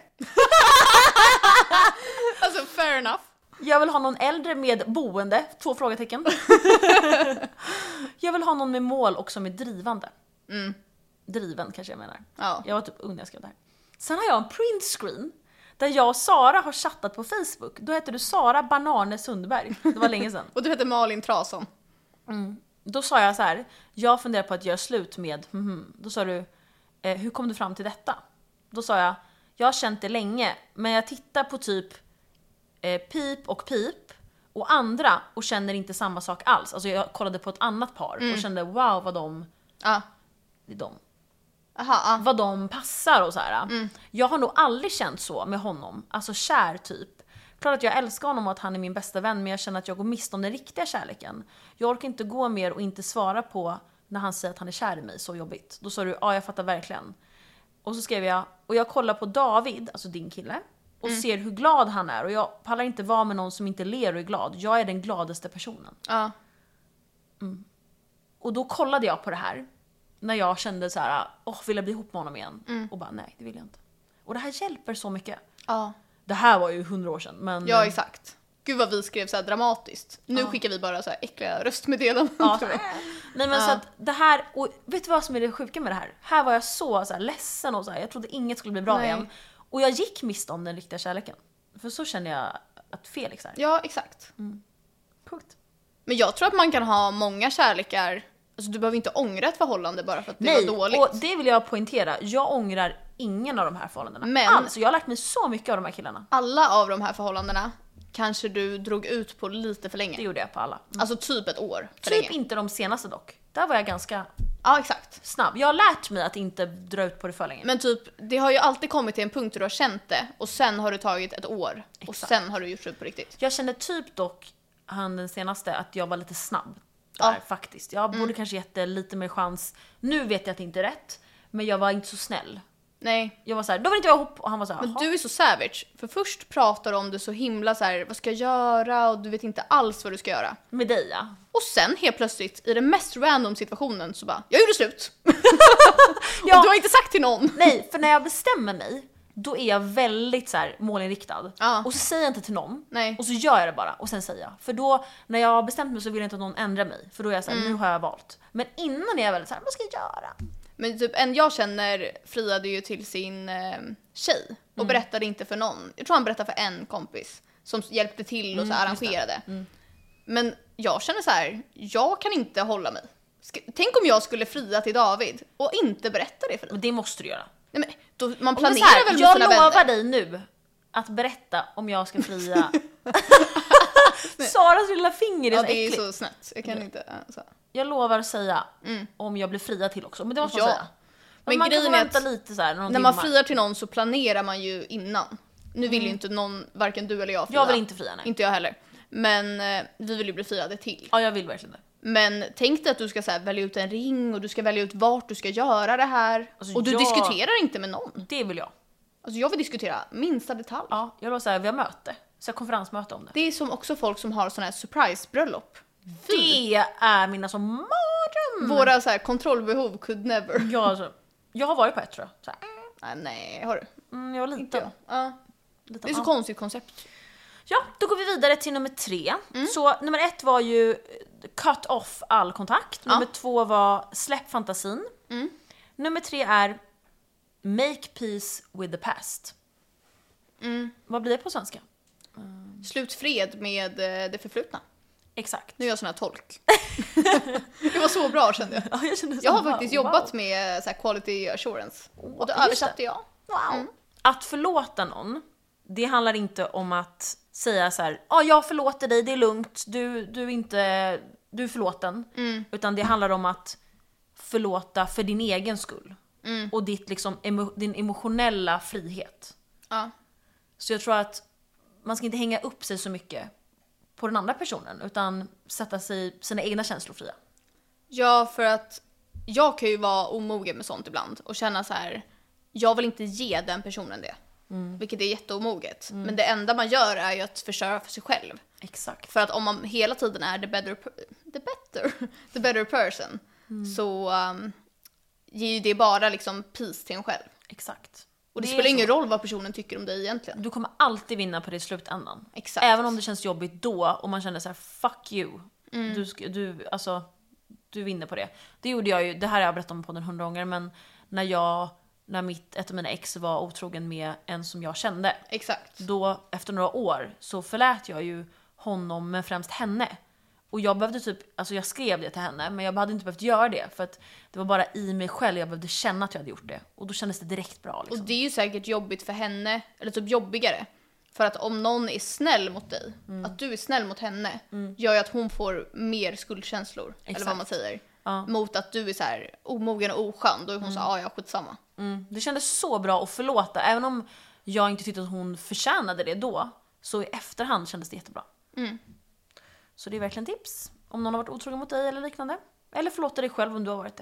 Alltså fair enough. Jag vill ha någon äldre med boende. 2 frågetecken. Jag vill ha någon med mål och som är drivande. Driven kanske jag menar. Ja. Jag var typ ung när jag skrev det här. Sen har jag en print screen där jag och Sara har chattat på Facebook. Då heter du Sara Banane Sundberg. Det var länge sedan. Och du heter Malin Trason. Då sa jag så här: jag funderar på att göra slut med Då sa du, hur kom du fram till detta? Då sa jag har känt det länge, men jag tittar på typ Pip och andra och känner inte samma sak alls. Alltså jag kollade på ett annat par och kände wow vad de Ja. det är de. Aha, vad de passar och så här. Jag har nog aldrig känt så med honom, alltså kär typ. Klart att jag älskar honom och att han är min bästa vän, men jag känner att jag går miste om den riktiga kärleken. Jag orkar inte gå mer och inte svara på när han säger att han är kär i mig, så jobbigt. Då sa du, ja jag fattar verkligen. Och så skrev jag, och jag kollar på David, alltså din kille, och ser hur glad han är. Och jag pallar inte vara med någon som inte ler och är glad. Jag är den gladaste personen. Ja. Och då kollade jag på det här. När jag kände så här, vill jag bli ihop med honom igen? Och bara, nej det vill jag inte. Och det här hjälper så mycket. Ja. Det här var ju 100 år sedan. Men, Ja, exakt. Gud vad vi skrev så här dramatiskt. Nu skickar vi bara så här äckliga röstmeddelanden. Ja, nej men så att det här, och vet du vad som är det sjuka med det här? Här var jag så här ledsen och så här, jag trodde inget skulle bli bra igen. Och jag gick miste om den riktiga kärleken. För så känner jag att Felix är. Ja, exakt. Punkt. Men jag tror att man kan ha många kärlekar. Alltså du behöver inte ångra ett förhållande bara för att det var dåligt. Och det vill jag poängtera. Jag ångrar ingen av de här förhållandena. Men alltså, jag har lärt mig så mycket av de här killarna. Alla av de här förhållandena kanske du drog ut på lite för länge. Det gjorde jag på alla. Alltså typ ett år för Typ länge. inte de senaste dock. Där var jag ganska Ja, exakt. snabb. Jag har lärt mig att inte dra ut på det för länge. Men typ, det har ju alltid kommit till en punkt där du har känt det och sen har det tagit ett år. Och Exakt. sen har du gjort slut på riktigt. Jag kände typ dock, han den senaste, att jag var lite snabb där faktiskt. Jag borde kanske gett det lite mer chans. Nu vet jag att det inte är rätt, men jag var inte så snäll. Nej. Jag var så här, då vill inte jag ihop, och han var så här, Men "Jaha." du är så savage. För först pratar du om det så himla så här, vad ska jag göra? Och du vet inte alls vad du ska göra. Med dig ja. Och sen helt plötsligt, i den mest random situationen så bara, jag gjorde slut. Ja. Och du har inte sagt till någon. Nej, för när jag bestämmer mig, då är jag väldigt så här målinriktad. Ja. Och så säger jag inte till någon. Nej. Och så gör jag det bara, och sen säger jag. För då, när jag har bestämt mig så vill jag inte att någon ändrar mig. För då är jag så här, nu har jag valt. Men innan är jag väldigt så här, vad ska jag göra? Men typ en jag känner friade ju till sin tjej och berättade inte för någon. Jag tror han berättade för en kompis som hjälpte till och så arrangerade. Men jag känner så här, jag kan inte hålla mig. Tänk om jag skulle fria till David och inte berätta det för dig. Men det måste du göra. Nej, men då, man Och men så planerar här, väl med jag sina lovar vänner. dig nu att berätta om jag ska fria. Saras lilla finger är Ja, så det är äckligt. så snett. Jag kan inte. Så. Jag lovar att säga om jag blir fria till också. Men det måste Ja. man säga. Men man kan grejen få är vänta att lite så här, någon när man timmar. friar till någon så planerar man ju innan. Nu vill ju inte någon, varken du eller jag fria. Jag vill inte fria, nej. Inte jag heller. Men vi vill ju bli friade till. Ja, jag vill verkligen det. Men tänk dig att du ska så här, välja ut en ring och du ska välja ut vart du ska göra det här. Alltså, och du diskuterar inte med någon. Det vill jag. Alltså jag vill diskutera minsta detalj. Ja, jag vill säga vi har möte. Så konferensmöte om det. Det är som också folk som har såna här surprise-bröllop. Det är mina som mardröm. Våra så här kontrollbehov could never. Jag har varit på ett tror jag. Så här. Nej, har du? Jag var Inte liten. jag. Ja. liten. Det är så konstigt koncept. Ja, då går vi vidare till nummer 3. Så nummer 1 var ju cut off all kontakt. Nummer 2 var släpp fantasin. Nummer 3 är make peace with the past. Vad blir det på svenska? Slut fred med det förflutna. Exakt. Nu är jag sån här tolk. Det var så bra kände jag. Ja, jag kände så, Jag har wow, faktiskt jobbat med så här quality assurance. Och då just översatte jag. Wow. Att förlåta någon, det handlar inte om att säga så här, jag förlåter dig, det är lugnt, du är förlåten. Utan det handlar om att förlåta för din egen skull. Och ditt liksom din emotionella frihet. Ja. Så jag tror att man ska inte hänga upp sig så mycket på den andra personen, utan sätta sig sina egna känslor fria. Ja, för att jag kan ju vara omogen med sånt ibland och känna så här, jag vill inte ge den personen det. Vilket är jätteomoget. Men det enda man gör är ju att förstöra för sig själv. Exakt. För att om man hela tiden är the better person så ger ju det bara liksom peace till en själv. Exakt. Och det spelar ingen roll vad personen tycker om dig egentligen. Du kommer alltid vinna på det i slutändan. Exakt. Även om det känns jobbigt då och man känner så här: fuck you. Du vinner på det. Det gjorde jag ju, det här har jag berättat om på den 100 gånger, men när ett av mina ex var otrogen med en som jag kände. Exakt. Då efter några år så förlät jag ju honom, men främst henne. Och jag behövde jag skrev det till henne, men jag hade inte behövt göra det för att det var bara i mig själv jag behövde känna att jag hade gjort det. Och då kändes det direkt bra liksom. Och det är ju säkert jobbigt för henne, eller typ jobbigare. För att om någon är snäll mot dig, att du är snäll mot henne, gör ju att hon får mer skuldkänslor. Exakt. Eller vad man säger. Mot att du är så här omogen och oskön. Då är hon så här, ja skitsamma. Det kändes så bra att förlåta. Även om jag inte tyckte att hon förtjänade det då. Så i efterhand kändes det jättebra. Så det är verkligen tips. Om någon har varit otrogen mot dig eller liknande. Eller förlåta dig själv om du har varit det.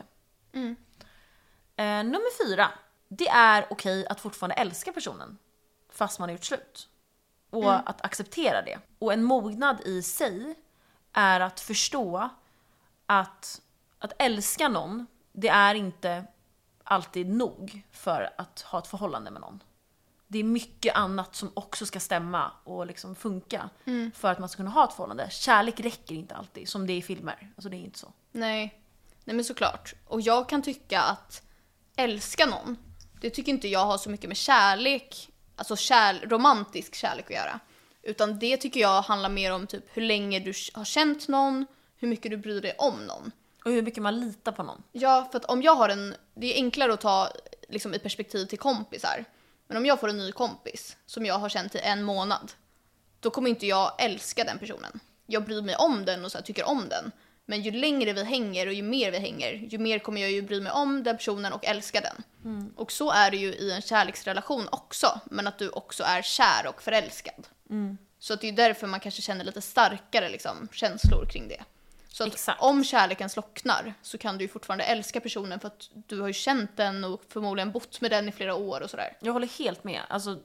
Nummer 4. Det är okej att fortfarande älska personen. Fast man har gjort slut. Och att acceptera det. Och en mognad i sig är att förstå att älska någon, det är inte alltid nog för att ha ett förhållande med någon. Det är mycket annat som också ska stämma och liksom funka för att man ska kunna ha ett förhållande. Kärlek räcker inte alltid, som det är i filmer. Alltså det är inte så. Nej men såklart. Och jag kan tycka att älska någon, det tycker inte jag har så mycket med kärlek, alltså romantisk kärlek att göra. Utan det tycker jag handlar mer om typ hur länge du har känt någon, hur mycket du bryr dig om någon. Och hur mycket man litar på någon. Ja, för att om jag har det är enklare att ta liksom, i perspektiv till kompisar. Men om jag får en ny kompis som jag har känt i 1 månad, då kommer inte jag älska den personen. Jag bryr mig om den och så här, tycker om den. Men ju längre vi hänger och ju mer vi hänger, ju mer kommer jag ju bry mig om den personen och älska den. Och så är det ju i en kärleksrelation också, men att du också är kär och förälskad. Så att det är därför man kanske känner lite starkare liksom, känslor kring det. Så att om kärleken slocknar så kan du ju fortfarande älska personen för att du har ju känt den och förmodligen bott med den i flera år och sådär. Jag håller helt med. Alltså,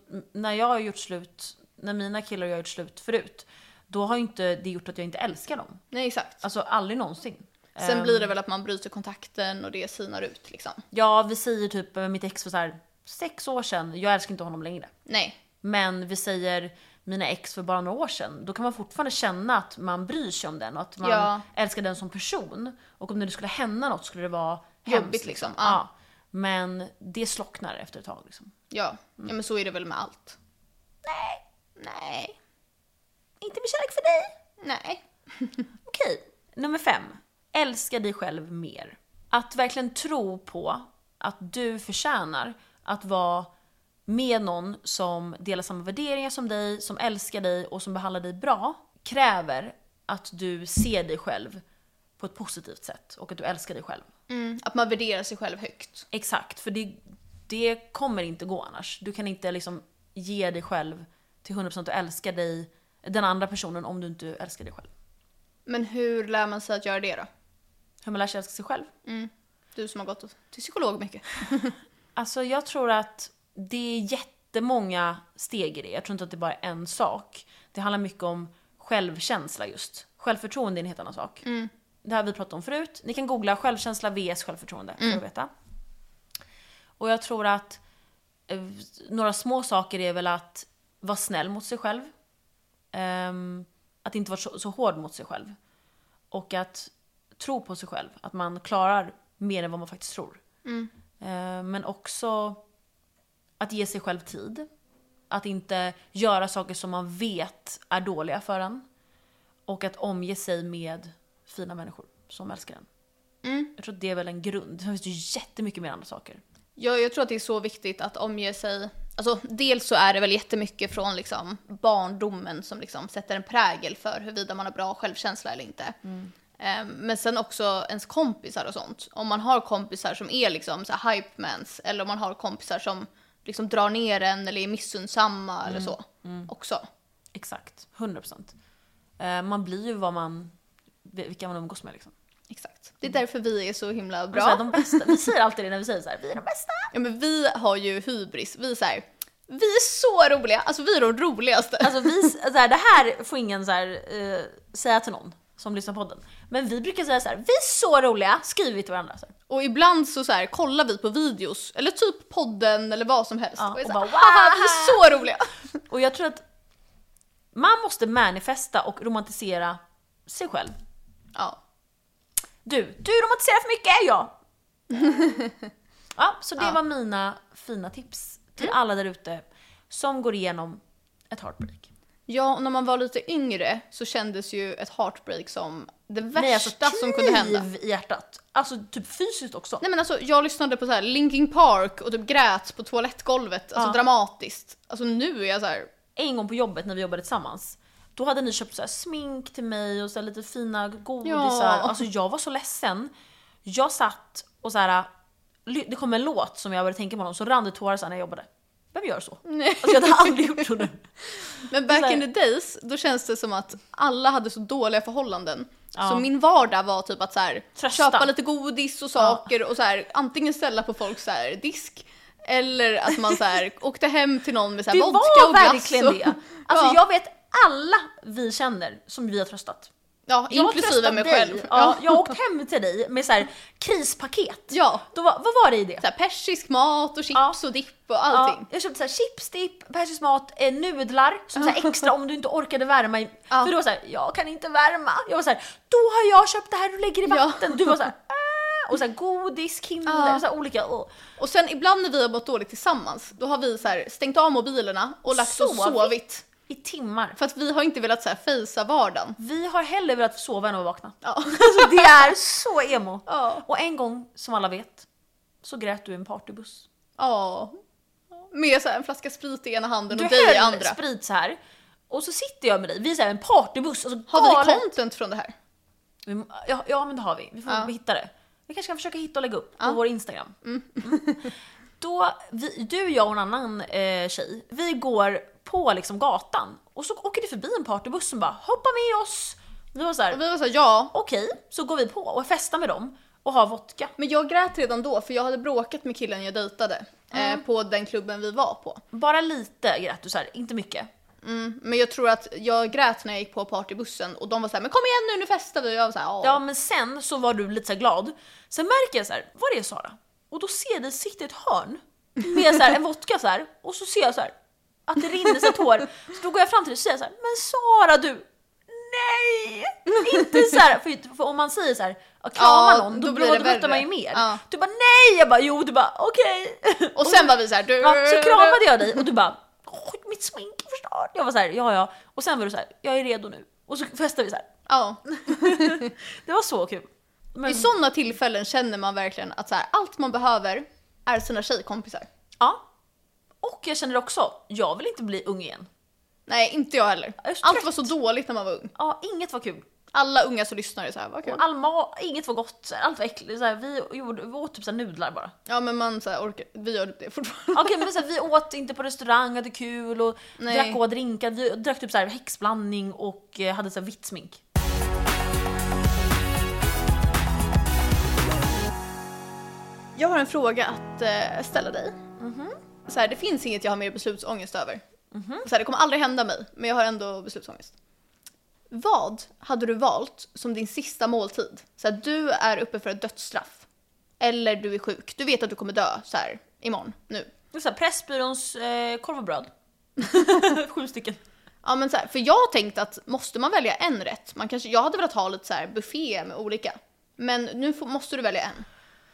när mina killar har gjort slut förut, då har ju inte det gjort att jag inte älskar dem. Nej, exakt. Alltså aldrig någonsin. Sen blir det väl att man bryter kontakten och det sinar ut liksom. Ja, vi säger typ mitt ex för så här 6 år sedan, jag älskar inte honom längre. Nej. Men vi säger mina ex för bara några år sedan, då kan man fortfarande känna att man bryr sig om den och att man älskar den som person. Och om det skulle hända något skulle det vara jobbigt hemskt, liksom. Ja. Men det slocknar efter ett tag liksom. Ja, men så är det väl med allt. Nej. Inte med kärlek för dig. Nej. Okej, nummer 5. Älska dig själv mer. Att verkligen tro på att du förtjänar att vara med någon som delar samma värderingar som dig, som älskar dig och som behandlar dig bra, kräver att du ser dig själv på ett positivt sätt och att du älskar dig själv. Att man värderar sig själv högt. Exakt, för det kommer inte gå annars. Du kan inte liksom ge dig själv till 100% och älska dig, den andra personen, om du inte älskar dig själv. Men hur lär man sig att göra det då? Hur man lär sig älska sig själv? Du som har gått till psykolog mycket. Alltså jag tror att det är jättemånga steg i det. Jag tror inte att det är bara en sak. Det handlar mycket om självkänsla just. Självförtroende är en helt annan sak. Det har vi pratat om förut. Ni kan googla självkänsla vs självförtroende för att veta. Och jag tror att några små saker är väl att vara snäll mot sig själv. Att inte vara så hård mot sig själv. Och att tro på sig själv. Att man klarar mer än vad man faktiskt tror. Men också att ge sig själv tid. Att inte göra saker som man vet är dåliga för en. Och att omge sig med fina människor som älskar en. Jag tror att det är väl en grund. Det finns ju jättemycket mer andra saker. Jag tror att det är så viktigt att omge sig. Alltså, dels så är det väl jättemycket från liksom, barndomen som liksom, sätter en prägel för huruvida man har bra självkänsla eller inte. Men sen också ens kompisar och sånt. Om man har kompisar som är liksom, så här, hypemans, eller om man har kompisar som liksom, drar ner en eller är missunnsamma eller så också. Exakt, 100%. Man blir ju vilka man umgås med liksom. Exakt. Det är därför vi är så himla bra. Alltså, de bästa. Vi säger alltid det när vi säger så här, vi är de bästa. Ja, men vi har ju hybris. Vi är så här, vi är så roliga. Alltså vi är de roligaste. Alltså så här, det här får ingen så här, säga till någon som lyssnar på podden. Men vi brukar säga så här, vi är så roliga, skriver vi till varandra. Så här. Och ibland så här, kollar vi på videos, eller typ podden eller vad som helst. Ja, och är så bara, här, haha, vi är så roliga. Och jag tror att man måste manifesta och romantisera sig själv. Ja. Du romantiserar för mycket, ja. Ja, så det var mina fina tips till alla där ute som går igenom ett heartbreak. Ja, och när man var lite yngre så kändes ju ett heartbreak som det värsta som kunde hända. Kniv i hjärtat. Alltså typ fysiskt också. Nej men alltså, jag lyssnade på så här Linkin Park och typ grät på toalettgolvet, alltså dramatiskt. Alltså nu är jag så här. En gång på jobbet när vi jobbade tillsammans, då hade ni köpt så här smink till mig och så här lite fina godisar. Ja. Alltså jag var så ledsen. Jag satt och så här, det kom en låt som jag började tänka på honom, så rann det tårar så när jag jobbade. Vem gör så? Nej. Alltså jag hade aldrig gjort så nu. Men back in the days, då känns det som att alla hade så dåliga förhållanden. Ja. Så min vardag var typ att så här, Trösta. köpa lite godis och saker och så här, antingen ställa på folks så här, disk eller att man så här, åkte hem till någon med så här, Det vodka var och glass. verkligen Och, det. Alltså ja. jag vet alla vi känner som vi har tröstat. Ja, Jag har inklusive tröstat mig dig. själv. Ja, jag har åkt hem till dig med så här krispaket. Ja. Då vad var det i det? Så här, persisk mat och chips och dipp och allting. Ja, jag köpte så här chips, dipp, persisk mat, nudlar som så här extra om du inte orkade värma. Ja. För då var så här, jag kan inte värma. Jag var så här, då har jag köpt det här du lägger i vatten. Du var så här, och så här godis, Kinder, så här olika. Och sen ibland när vi har mått dåligt tillsammans, då har vi så här stängt av mobilerna och lagt oss sovit. I timmar. För att vi har inte velat så här fejsa vardagen. Vi har hellre velat sova än att vakna. Ja. Alltså det är så emo. Ja. Och en gång, som alla vet, så grät du i en partybuss. Ja. Med så här en flaska sprit i ena handen Du och dig i höll andra. sprit så här. Och så sitter jag med dig, vi är så här en partybuss. Alltså Har vi galet. content från det här? Ja, men det har vi. Vi får hitta det. Vi kanske kan försöka hitta och lägga upp på vår Instagram. Då, du, jag och en annan tjej, vi går på liksom gatan och så åker det förbi en partybuss som bara hoppa med oss. Vi var så här, Och vi var så här, ja. okej, så går vi på och festar med dem och har vodka. Men jag grät redan då för jag hade bråkat med killen jag dejtade på den klubben vi var på. Bara lite grät du så här, inte mycket. Men jag tror att jag grät när jag gick på partybussen och de var så här, men kom igen nu festar vi. Och jag var så här, ja. Ja, men sen så var du lite så här glad. Sen märker jag så här, vad är det Sara? Och då ser jag dig sitta i ett hörn med så här, en vodka så här, och så ser jag så här att det rinner sig tår. Så då går jag fram till dig och säger så här, men Sara du, nej! Inte så här, för om man säger så här, krama någon, då brottar man ju mer. Ja. Du bara nej, jag bara jo, du bara okej. Och sen var vi så här, du. Ja, så kramade jag dig och du bara mitt smink är förstört. Jag var så här, ja. Och sen var du så här, jag är redo nu. Och så festade vi så här. Ja. Det var så kul. Men I sådana tillfällen känner man verkligen att så här, allt man behöver är sina tjejkompisar. ja. Och jag känner också, jag vill inte bli ung igen. Nej, inte jag heller. Jag är så Allt trött. var så dåligt när man var ung. Ja, inget var kul. Alla unga som lyssnar är så här, vad kul. Inget var gott, allt var äckligt. Så här, vi åt typ så här nudlar bara. Ja, men man så här, orkar, vi gör det fortfarande. Okej, men så här, vi åt inte på restaurang, hade kul och Nej. drack och drinkar. Vi drack typ så här häxblandning och hade så här vitt smink. Jag har en fråga att ställa dig. Så här, det finns inget jag har mer beslutsångest över. Så här, det kommer aldrig hända mig, men jag har ändå beslutsångest. Vad hade du valt som din sista måltid? Så här, du är uppe för ett dödsstraff. Eller du är sjuk. Du vet att du kommer dö så här imorgon, nu. Det är så här, Pressbyråns korv och bröd. 7 stycken. Ja, men så här, för jag tänkte att måste man välja en rätt? Jag hade velat ha lite så här buffé med olika. Men nu måste du välja en.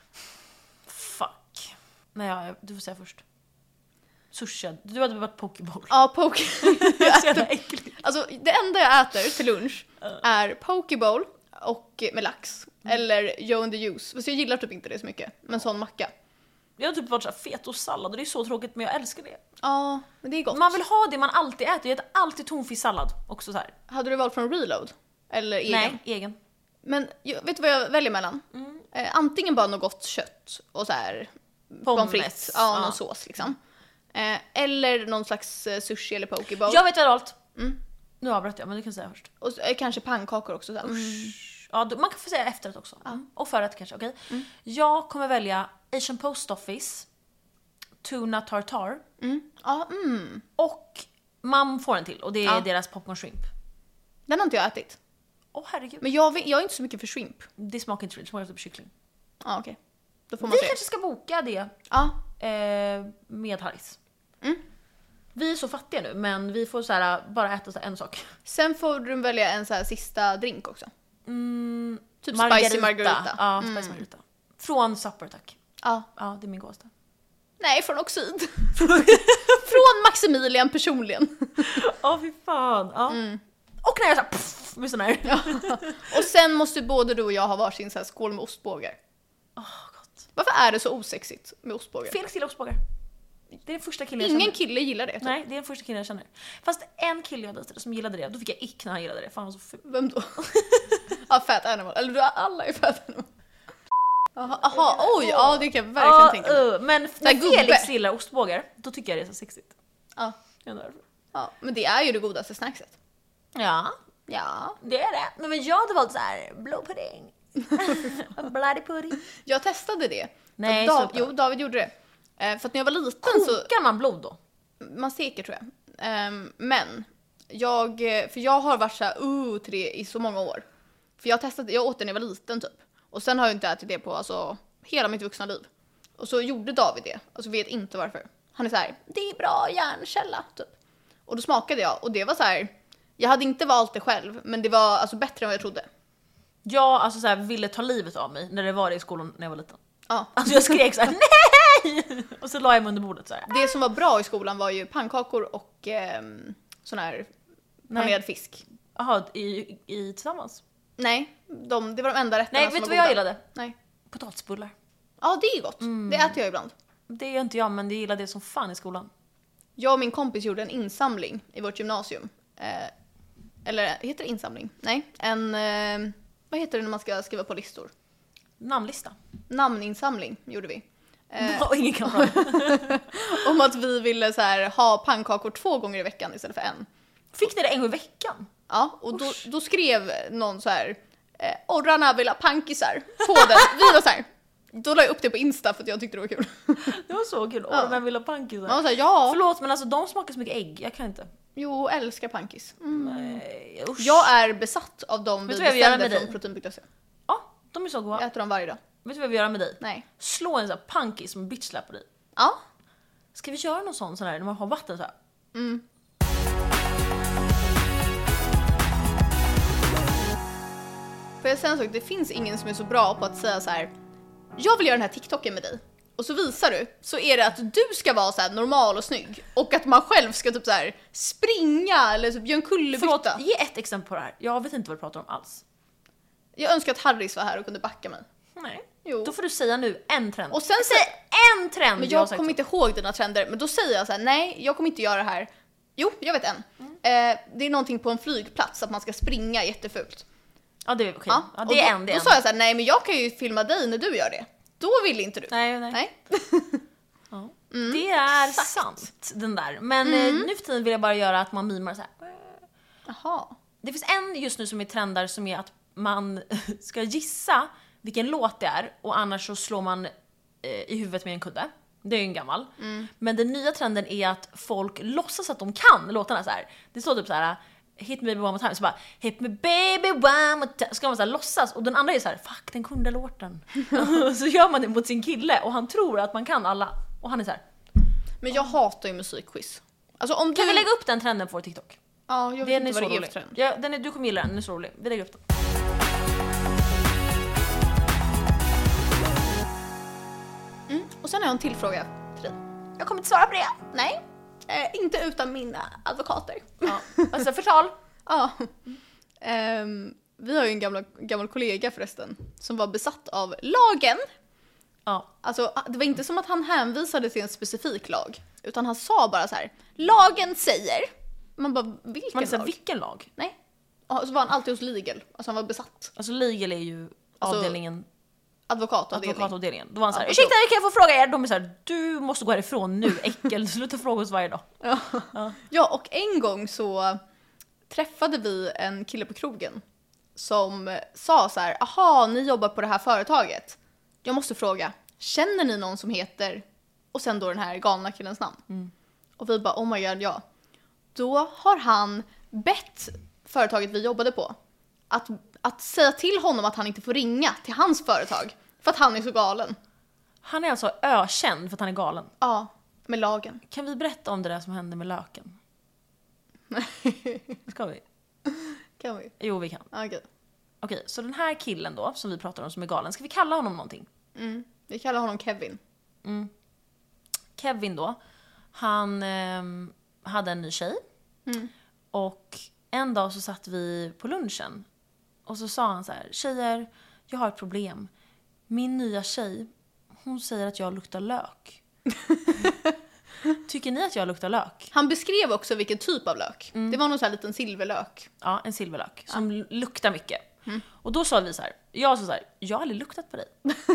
Fuck. Nej, du får säga först. Sushi. Du hade varit pokeball. Ja, poke. Det är så jävla äckligt. Alltså, det enda jag äter till lunch är pokeball och med lax. Eller Joe and the Juice. Fast jag gillar typ inte det så mycket. Men sån macka. Jag har typ varit så här fetosallad och det är så tråkigt, men jag älskar det. Ja, men det är gott. Man vill ha det man alltid äter. Jag äter alltid tonfisksallad också så här. Hade du valt från Reload? Eller egen? Nej, egen. Men vet du vad jag väljer mellan? Antingen bara något gott kött och så här pommes frites. Ja, någon sås liksom. Eller någon slags sushi eller pokeball. Jag vet vad jag har valt. Nu avbröt jag, men du kan säga först. Och kanske pannkakor också. Så här. Ja, man kan få säga efterrätt också. Och förrätt kanske, okej. Jag kommer välja Asian Post Office, tuna tartar. Och man får en till, och det är deras popcorn shrimp. Den har inte jag ätit. Herregud. Men jag är inte så mycket för shrimp. Det smakar inte shrimp, det smakar typ kyckling. Ja, okej. Då får man Vi se. kanske ska boka det Ja. med Harris. Vi är så fattiga nu, men vi får så här, bara äta så här en sak. Sen får du välja en så här sista drink också. Typ Margarita. spicy margarita. Ja, spicy margarita. Från Supper, tack. Ja. Ja, det är min godaste. Nej, från Oxid. Från Maximilian personligen. Ja, fy fan. Ja. Och när jag såhär med sån här. Och sen måste både du och jag ha varsin så här skål med ostbågar. Gott. Varför är det så osexigt med ostbågar? Felix gillar ostbågar. Det är den första killen jag Ingen känner. kille gillar det. Typ. Nej, det är den första killen jag känner. Fast en kille jag dejtade som gillade det, då fick jag ick när han gillade det. Fan, han var så ful. Vem då? Ja, Fat Animal. Eller alla är Fat Animal. Aha, oj, ja det kan jag verkligen tänka mig. Men när Felix gillar ostbågar, då tycker jag det är så sexigt. Ja. Det är därför. Ja, men det är ju det godaste snackset. Ja, det är det. Men jag hade valt så här blodpudding. Bloody pudding. Jag testade det. Nej, David gjorde det. För att när jag var liten kokar man blod då? Man steker tror jag. Men jag har varit så här till det i så många år. För jag åt det när jag var liten typ. Och sen har jag inte ätit det på alltså hela mitt vuxna liv. Och så gjorde David det. Alltså vet inte varför. Han är så här, det är bra järnkälla typ. Och då smakade jag och det var så här, jag hade inte valt det själv, men det var alltså bättre än vad jag trodde. Jag alltså så här, ville ta livet av mig när det var det i skolan när jag var liten. Ja. Alltså jag skrek så här, nej! Och så la jag mig under bordet så här. Det som var bra i skolan var ju pannkakor och sån här panerad fisk. Jaha, i tillsammans? Nej, det var de enda rätterna Nej, som vet du var vad jag goda. gillade? Nej. Potatisbullar. Ja, det är gott. Det äter jag ibland. Det gör inte jag, men det gillade det som fan i skolan. Jag och min kompis gjorde en insamling i vårt gymnasium. Eller heter det insamling? Nej, vad heter det när man ska skriva på listor? Namnlista. Namninsamling gjorde vi. Ingen kan prata. Om att vi ville så här, ha pannkakor 2 gånger i veckan istället för 1. Fick ni det en gång i veckan? Ja, och då skrev någon så här, orrarna vill ha pankisar på den. Vi var så här, då la jag upp det på Insta för att jag tyckte det var kul. Det var så kul. Orrarna vill ha pankisar. Man var så här, ja. Förlåt, men alltså de smakar så mycket ägg. Jag kan inte. Jo, älskar pankis. Nej, usch. Jag är besatt av dem vi Vet du vad jag vill göra beställde med från Proteinbygg.se. Ja, de är så goda. Jag äter dem varje dag. Vet du vad vi gör med dig? Nej. Slå en sån här pankis som en bitch slap på dig. Ja. Ska vi göra någon sån här när man har vatten så här? För jag säga en sak, det finns ingen som är så bra på att säga så här, jag vill göra den här TikToken med dig. Och så visar du, så är det att du ska vara så här normal och snygg. Och att man själv ska typ så här springa eller typ göra en kullerbytta. Förlåt, ge ett exempel på det här. Jag vet inte vad du pratar om alls. Jag önskar att Harris var här och kunde backa mig. Nej. Jo. Då får du säga nu en trend. Och sen säg en trend. Men jag kommer inte ihåg dina trender. Men då säger jag så här, nej, jag kommer inte göra det här. Jo, jag vet en. Det är någonting på en flygplats, att man ska springa jättefult. Ja, det är okej. Ja, Ja, det är en. Då sa jag så här, nej men jag kan ju filma dig när du gör det. Då vill inte du. Nej. Ja. Det är sant, den där. Men nu för tiden vill jag bara göra att man mimar så här. Jaha. Det finns en just nu som är trendar som är att man ska gissa vilken låt det är och annars så slår man i huvudet med en kudde. Det är ju en gammal. Men den nya trenden är att folk låtsas att de kan låtarna så här. Det står typ så här: hit me baby one more time, så bara hit me baby one more time, ska man så här låtsas, och den andra är så här, fuck den kunde låten. Så gör man det mot sin kille och han tror att man kan alla och han är så här. Men jag hatar ju musikquiz. Alltså om Kan du... vi lägga upp den trenden på vår TikTok? Ja, jag vet inte vad det är för trend. Ja, du kommer gilla den är så rolig. Vi lägger upp den. Och sen har jag en till fråga till dig. Jag kommer inte svara på det. Nej, inte utan mina advokater. Ja. Alltså förtal. Ja. Vi har ju en gammal kollega förresten som var besatt av lagen. Ja. Alltså, det var inte som att han hänvisade till en specifik lag, utan han sa bara så här: lagen säger. Man bara, vilken lag? Vilken lag? Nej. Och så var han alltid hos legal. Alltså han var besatt. Alltså legal är ju avdelningen, advokatavdelningen. Då var han så här, ursäkta, kan jag få fråga er? De är så här, du måste gå härifrån nu, äckel. Sluta fråga oss varje dag. Ja, och en gång så träffade vi en kille på krogen som sa så här: aha, ni jobbar på det här företaget. Jag måste fråga, känner ni någon som heter... Och sen då den här galna killens namn. Och vi bara, oh my god, ja. Då har han bett företaget vi jobbade på att säga till honom att han inte får ringa till hans företag. För att han är så galen. Han är alltså ökänd för att han är galen. Ja, med lagen. Kan vi berätta om det där som hände med löken? Ska vi? Kan vi? Jo, vi kan. Okej, så den här killen då, som vi pratar om som är galen, ska vi kalla honom någonting? Vi kallar honom Kevin. Kevin då, han hade en ny tjej. Och en dag så satt vi på lunchen. Och så sa han så här: tjejer, jag har ett problem. Min nya tjej, hon säger att jag luktar lök. Tycker ni att jag luktar lök? Han beskrev också vilken typ av lök. Det var någon sån här liten silverlök. Ja, en silverlök som luktar mycket. Och då sa vi så här, jag sa så här, jag har aldrig luktat på dig.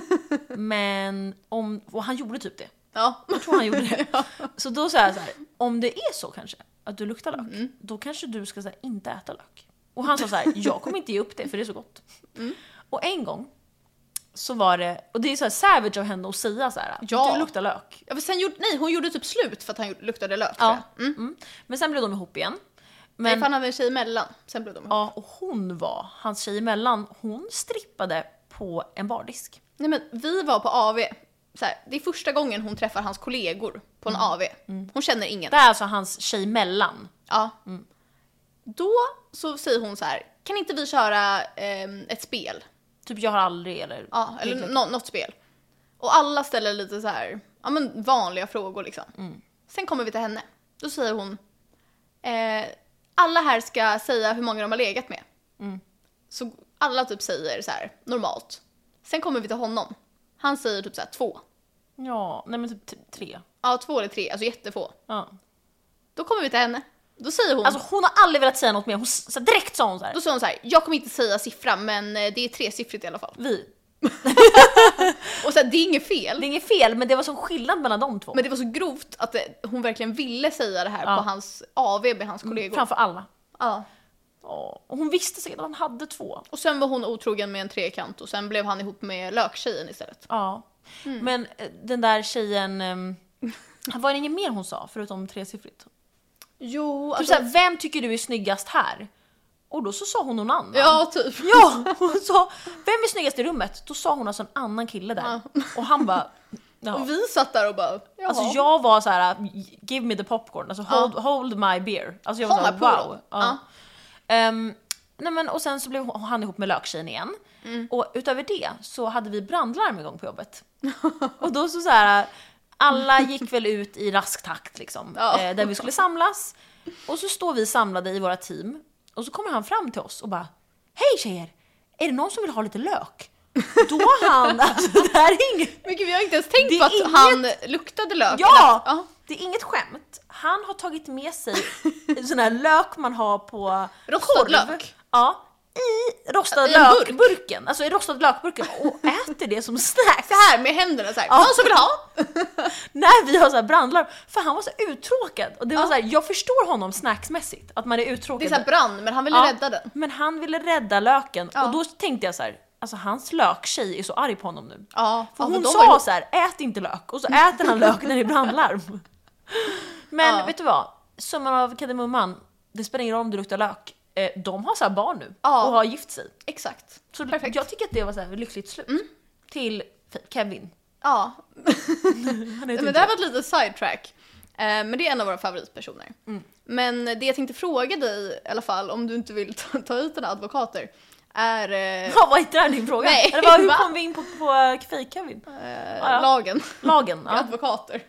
Men och han gjorde typ det. Ja. Jag tror han gjorde det. Så då sa jag så här, om det är så kanske att du luktar lök, då kanske du ska så här, inte äta lök. Och han sa så här, jag kommer inte ge upp det för det är så gott. Och en gång så var det, och det är så här savage av henne att säga så här, Ja. du luktar lök. Ja, sen hon gjorde typ slut för att han luktade lök. Ja. Tror jag. Men sen blev de ihop igen. Nej, för han hade en tjej emellan. Sen blev de ihop. Ja, och hans tjej emellan, hon strippade på en bardisk. Nej, men vi var på AV. Så här, det är första gången hon träffar hans kollegor på en AV. Hon känner ingen. Det är alltså hans tjej emellan. Ja. Då så säger hon så här, kan inte vi köra ett spel? Typ jag har aldrig eller... Ja, eller något spel. Och alla ställer lite så här, ja men vanliga frågor liksom. Sen kommer vi till henne. Då säger hon, alla här ska säga hur många de har legat med. Så alla typ säger så här, normalt. Sen kommer vi till honom. Han säger typ så här 2. Ja, nej men typ 3. Ja, 2 eller 3, alltså jättefå. Ja. Då kommer vi till henne. Då säger hon, Alltså hon har aldrig velat säga något mer. Hon, så direkt sa hon så här. då sa hon så här, jag kommer inte säga siffran men det är 3-siffrigt i alla fall. Vi. Och så här, det är inget fel. Det är inget fel, men det var sån skillnad mellan de två. Men det var så grovt att hon verkligen ville säga det här på hans AV med hans kollegor. Framför alla. Ja. Och hon visste säkert att han hade 2. Och sen var hon otrogen med en trekant och sen blev han ihop med löktjejen istället. Ja. Men den där tjejen, var det inget mer hon sa förutom 3-siffrigt? Jo, Typ alltså, såhär, vem tycker du är snyggast här? Och då så sa hon någon annan. ja typ. Ja, hon sa, vem är snyggast i rummet? Då sa hon alltså en annan kille där. Och han bara, ja. Och vi satt där och bara, jaha. Alltså jag var så här, give me the popcorn, alltså hold my beer. Alltså jag var så här, wow. Ja. Nej men, och sen så blev han ihop med löktjejen igen. Och utöver det så hade vi brandlarm igång på jobbet. Och då så här, alla gick väl ut i rask takt liksom, där vi skulle samlas. Och så står vi samlade i våra team. Och så kommer han fram till oss och bara, hej tjejer, är det någon som vill ha lite lök? Då har han, alltså det här är inget... Men gud, vi har inte ens tänkt Det på är att han luktade lök. Ja! Eller? Ja! Det är inget skämt. Han har tagit med sig sån här lök man har på Rostad korv. lök? Ja, i rostad I en burk? lökburken. Alltså i rostad lökburken. Och äter det som snacks. Så här med händerna så här. Någon som vill ha? När vi har så här brandlarm. För han var så uttråkad. Och det var så här, jag förstår honom snacksmässigt. Att man är uttråkad. Det är så här brand, men han ville rädda den. Men han ville rädda löken. Och då tänkte jag så här, alltså hans löktjej är så arg på honom nu. Ja, För men hon de sa var ju- så här, ät inte lök. Och så äter han lök när det är brandlarm. Men vet du vad? Summan av kardemumman, det spelar ingen roll om du luktar lök. De har så här barn nu och har gift sig. Exakt. Så Perfekt. jag tycker att det var så här lyckligt slut. Till Kevin. Ja. Han heter Men det här var ett litet sidetrack. Men det är en av våra favoritpersoner. Men det jag tänkte fråga dig i alla fall, om du inte vill ta ut dina advokater, är Ja, vad är det här din fråga? Nej. Eller hur kom vi in på fake Kevin? lagen. Lagen, ja. Advokater.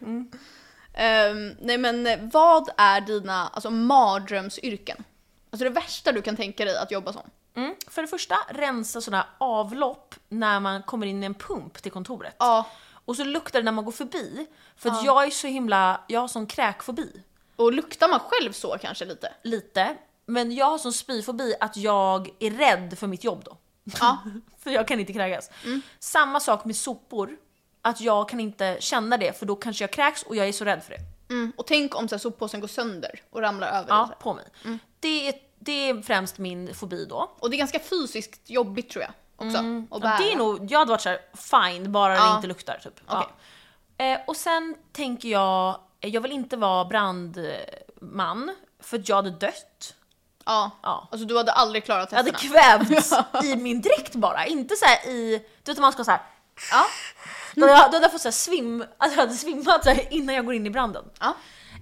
Nej men vad är dina mardrömsyrken? Alltså det värsta du kan tänka dig att jobba som? För det första, rensa sådana avlopp när man kommer in i en pump till kontoret. Ja. Och så luktar det när man går förbi. För att jag är så himla, jag har sån kräkfobi. Och luktar man själv så kanske lite? Lite. Men jag har sån spyfobi att jag är rädd för mitt jobb då. Ja. För jag kan inte kräkas. Samma sak med sopor. Att jag kan inte känna det, för då kanske jag kräks och jag är så rädd för det. Och tänk om så här, soppåsen går sönder och ramlar över. Ja, dig. på mig. Det är främst min fobi då. Och det är ganska fysiskt jobbigt tror jag också. Att bära. Det är nog, jag hade varit så här, fine, bara det inte luktar typ. Okej. Ja. Och sen tänker jag vill inte vara brandman för att jag hade dött. Ja. Alltså du hade aldrig klarat Jag hade testerna. kvävts i min dräkt bara, inte så här i, du vet man ska så här. Ja. Då hade jag fått så här jag hade svimmat så här innan jag går in i branden. Ja.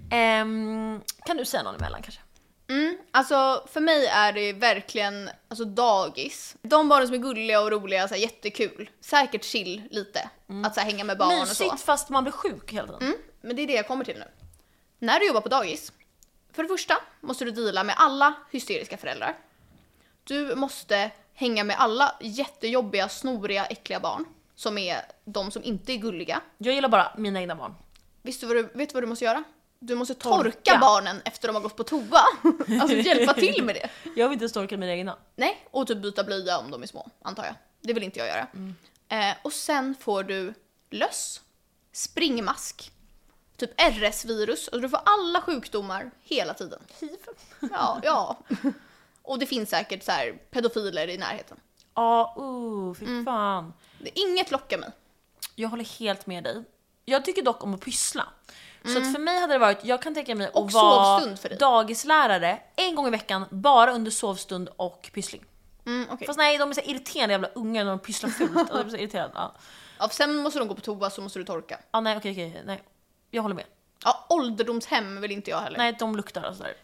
Kan du säga någon emellan kanske? Alltså för mig är det verkligen dagis. De barnen som är gulliga och roliga, så här, jättekul. Säkert chill lite. Att så här, hänga med barn och så. Mysigt fast man blir sjuk hela tiden. Men det är det jag kommer till nu. När du jobbar på dagis, för det första måste du deala med alla hysteriska föräldrar. Du måste hänga med alla jättejobbiga, snoriga, äckliga barn. Som är de som inte är gulliga. Jag gillar bara mina egna barn. Vet du vad du måste göra? Du måste torka barnen efter de har gått på toa. Alltså hjälpa till med det. Jag vill inte torka mina egna. Nej, och typ byta blöja om de är små, antar jag. Det vill inte jag göra. Och sen får du löss, springmask, typ RS-virus. Alltså du får alla sjukdomar hela tiden. Hiv. Ja. Och det finns säkert så här pedofiler i närheten. Ja, fy fan. Det är inget lockar mig. Jag håller helt med dig. Jag tycker dock om att pyssla. Så att för mig hade det varit, jag kan tänka mig Och att vara sovstund för dig. dagislärare en gång i veckan, bara under sovstund och pyssling. Okay. Fast nej, de är så irriterande jävla ungar när de pysslar fult. Alltså, jag blir så irriterad. Ja, sen måste de gå på toa, så måste du torka. Ja, nej, okej, nej. Jag håller med. Ja, ålderdomshem vill inte jag heller. Nej, de luktar alltså där.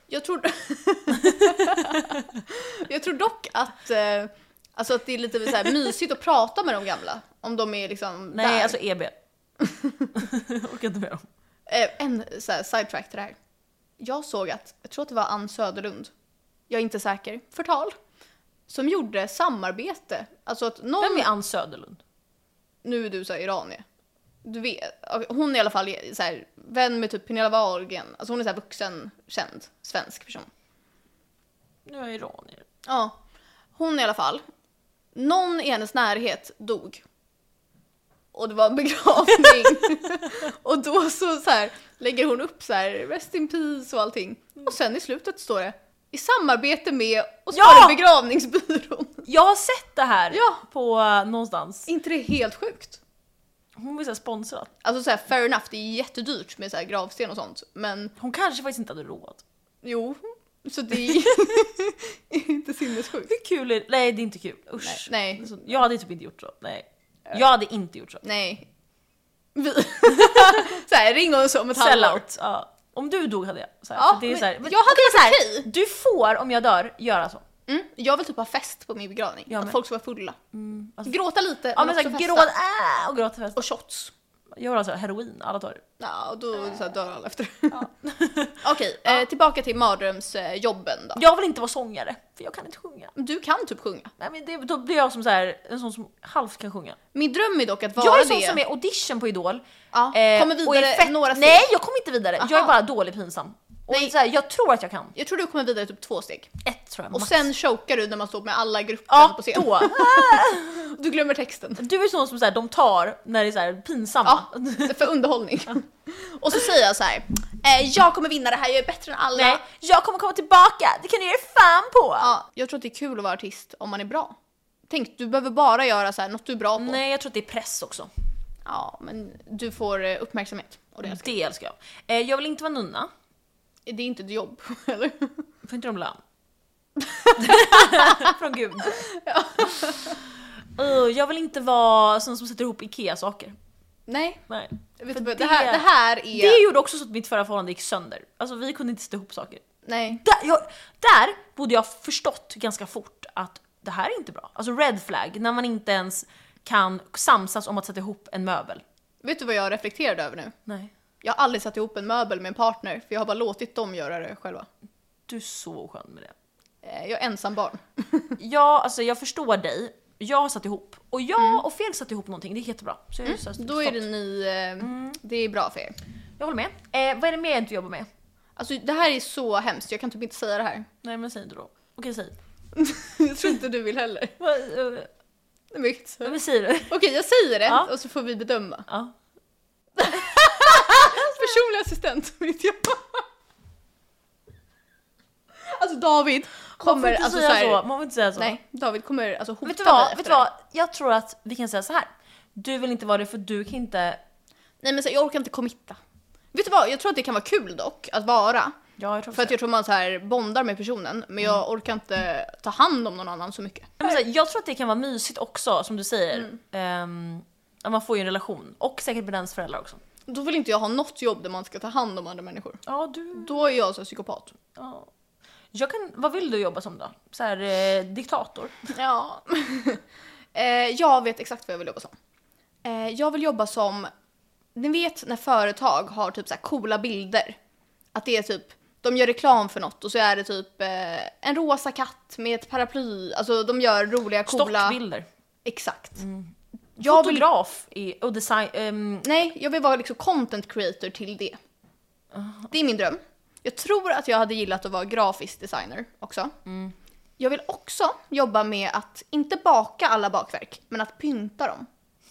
Jag tror dock att alltså att det är lite så här mysigt att prata med de gamla. Om de är liksom Nej, där. alltså EB. Jag orkar inte med dem. En så här sidetrack till det här. Jag såg jag tror att det var Ann Söderlund. Jag är inte säker. Förtal. Som gjorde samarbete. Alltså att någon... Vem är Ann Söderlund? Nu är du så här iranier. Du vet, hon är i alla fall så här, vän med typ Pernilla Wahlgren. Alltså hon är så här vuxen, känd, svensk person. Nu är jag iranier. Ja, hon i alla fall. Någon i hennes närhet dog. Och det var en begravning. Och då så här lägger hon upp så här rest in peace och allting. Och sen i slutet står det i samarbete med, och så var det begravningsbyrån. Jag har sett det här på någonstans. Inte det helt sjukt? Hon vill säga sponsrat. Alltså så här, fair enough, det är jättedyrt med så här gravsten och sånt. Men hon kanske faktiskt inte hade råd. jo, så det är inte sinnessjukt. Hur kul är det? Nej, det är inte kul. Usch. Nej. Jag hade typ inte gjort så. Nej. Jag hade inte gjort så. Nej. Så här, ring oss om ett halvår. Sellout. Ja. Om du dog hade jag. Så här, Ja, för det är så här, jag hade det så här, okej. Du får, om jag dör, göra så. Jag vill typ ha fest på min begravning. Jag att med. folk ska vara fulla. Alltså, Gråta lite, ja, men så också här, festa. och gråta fest. Och shots. Jag har alltså heroin, alla tar det. Ja, och då så här, dör alla efter. Okej, tillbaka till mardrömsjobben då. Jag vill inte vara sångare, för jag kan inte sjunga. Du kan typ sjunga. Nej, men då blir jag som så här, en sån som halvt kan sjunga. Min dröm är dock att vara Jag är det. sån som är audition på Idol. Ja, kommer och är vidare några steg. Nej, jag kommer inte vidare. Aha. Jag är bara dålig pinsam. Och Nej. så här, jag tror att jag kan. Jag tror du kommer vidare typ 2 steg. 1 tror jag. Och max. sen chokar du när man står med alla grupper på scen. Då. Du glömmer texten. Du är sån som så här, de tar när det är så här pinsamma. Ja, för underhållning. Och så säger jag så här: jag kommer vinna det här, jag är bättre än alla. Nej, jag kommer komma tillbaka. Det kan du ge fan på. Ja, jag tror att det är kul att vara artist om man är bra. Tänk, du behöver bara göra så här något du är bra på. Nej, jag tror att det är press också. Ja, men du får uppmärksamhet. Och det älskar Det älskar jag. Jag vill inte vara nunna. jag. Det är inte ett jobb, eller? Får inte de lön? Från Gud. Jag vill inte vara sån som sätter ihop Ikea-saker. Nej. Nej. Vet du, det här är... Det gjorde också så att mitt förra förhållande gick sönder. Alltså vi kunde inte sätta ihop saker. Nej. Där borde jag förstått ganska fort att det här är inte bra. Alltså red flag, när man inte ens kan samsas om att sätta ihop en möbel. Vet du vad jag reflekterade över nu? Nej. Jag har aldrig satt ihop en möbel med en partner, för jag har bara låtit dem göra det själva. Du är så oskön med det. Jag är ensam barn. Ja, alltså jag förstår dig. Jag har satt ihop. Och jag och Fel satt ihop någonting. Det är jättebra. Så jag är Då är det ni... Det är bra för er. Jag håller med. Vad är det mer jag inte jobbar med? Alltså det här är så hemskt, jag kan typ inte säga det här. Nej, men säg inte då. Okej, säg. Jag tror inte du vill heller. Det är mycket. Men säg det. Okej, jag säger det Ja. och så får vi bedöma. Ja. Personlig assistent, vet jag. Alltså David kommer alltså så här, Man får inte säga så. nej, David kommer alltså hota Vet du mig vad? efter Vet du vad? Jag tror att vi kan säga så här. Du vill inte vara det för du kan inte... Nej, men så, jag orkar inte committa. Vet du vad? Jag tror att det kan vara kul dock att vara. Ja, jag tror För att jag tror man så här bondar med personen, men jag orkar inte ta hand om någon annan så mycket. Men så här, jag tror att det kan vara mysigt också, som du säger. Att man får ju en relation. Och säkert med dens föräldrar också. Då vill inte jag ha något jobb där man ska ta hand om andra människor. Ja, du... Då är jag så psykopat. Ja. Vad vill du jobba som då? Så här, diktator? Ja. Jag vet exakt vad jag vill jobba som. Jag vill jobba som, ni vet när företag har typ så här coola bilder. Att det är typ, de gör reklam för något och så är det typ en rosa katt med ett paraply. Alltså de gör roliga, coola... Stockbilder. Exakt. Fotograf och design... Nej, jag vill vara liksom content creator till det. Det är min dröm. Jag tror att jag hade gillat att vara grafisk designer också. Jag vill också jobba med att inte baka alla bakverk, men att pynta dem.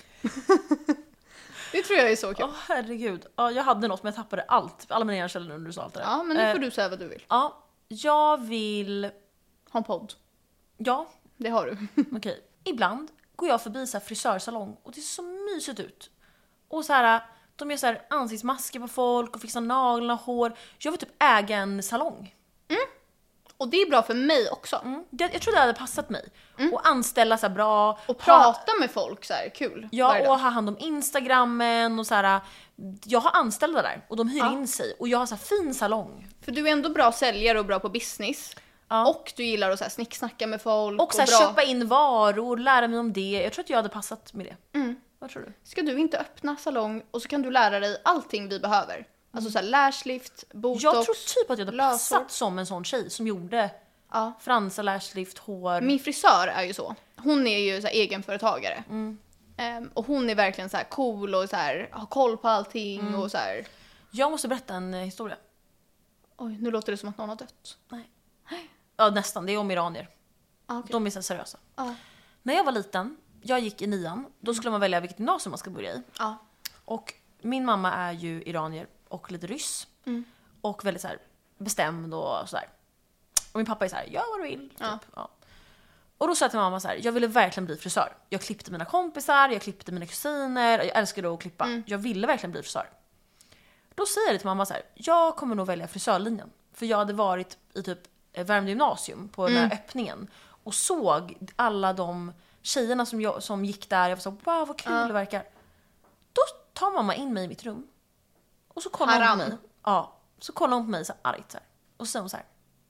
Det tror jag är så kul. Herregud. Ja, jag hade något men jag tappade allt. Alla mina hjärnceller under du sa allt det där. Ja, men nu får du säga vad du vill. Ja, jag vill... Ha en podd. Ja, Det har du. okej. Ibland går jag förbi så här frisörsalong och det ser så mysigt ut. Och så här, de gör så här ansiktsmasker på folk och fixar naglarna och hår. Jag vill typ äga en salong. Och det är bra för mig också. Jag tror det hade passat mig. Och anställa så här bra. Och prata med folk så här, kul. Ja, varje dag. och ha hand om Instagrammen och så här. Jag har anställda där och de hyr in sig. Och jag har så här fin salong. För du är ändå bra säljare och bra på business. Ja. Och du gillar att så här snicksnacka med folk. Och så här, bra... köpa in varor, lära mig om det. Jag tror att jag hade passat med det. Vad tror du? Ska du inte öppna salong och så kan du lära dig allting vi behöver? Alltså så här lashlift, botox, Jag tror typ att jag hade löshår. passat som en sån tjej som gjorde fransa, lashlift, hår. Min frisör är ju så. Hon är ju så här egenföretagare. Och hon är verkligen så här cool och så här, har koll på allting och så här. Jag måste berätta en historia. Oj, nu låter det som att någon har dött. Nej. Ja, nästan. Det är om iranier. Okay. De är så seriösa. När jag var liten, jag gick i 9:an, då skulle man välja vilket gymnasium man ska börja i. Och min mamma är ju iranier och lite ryss. Och väldigt så här bestämd och sådär. Och min pappa är så här, gör vad du vill. Typ. Ja. Och då sa jag till mamma så här, jag ville verkligen bli frisör. Jag klippte mina kompisar, jag klippte mina kusiner, jag älskade att klippa. Jag ville verkligen bli frisör. Då säger jag till mamma så här, jag kommer nog välja frisörlinjen. För jag hade varit i typ Värmdö gymnasium på den här öppningen. Och såg alla de tjejerna som gick där. Jag var så, wow vad kul det verkar. Då tar mamma in mig i mitt rum. Och så kollar hon på mig. Ja, så kollar hon på mig så argt så här. Och så säger hon så här,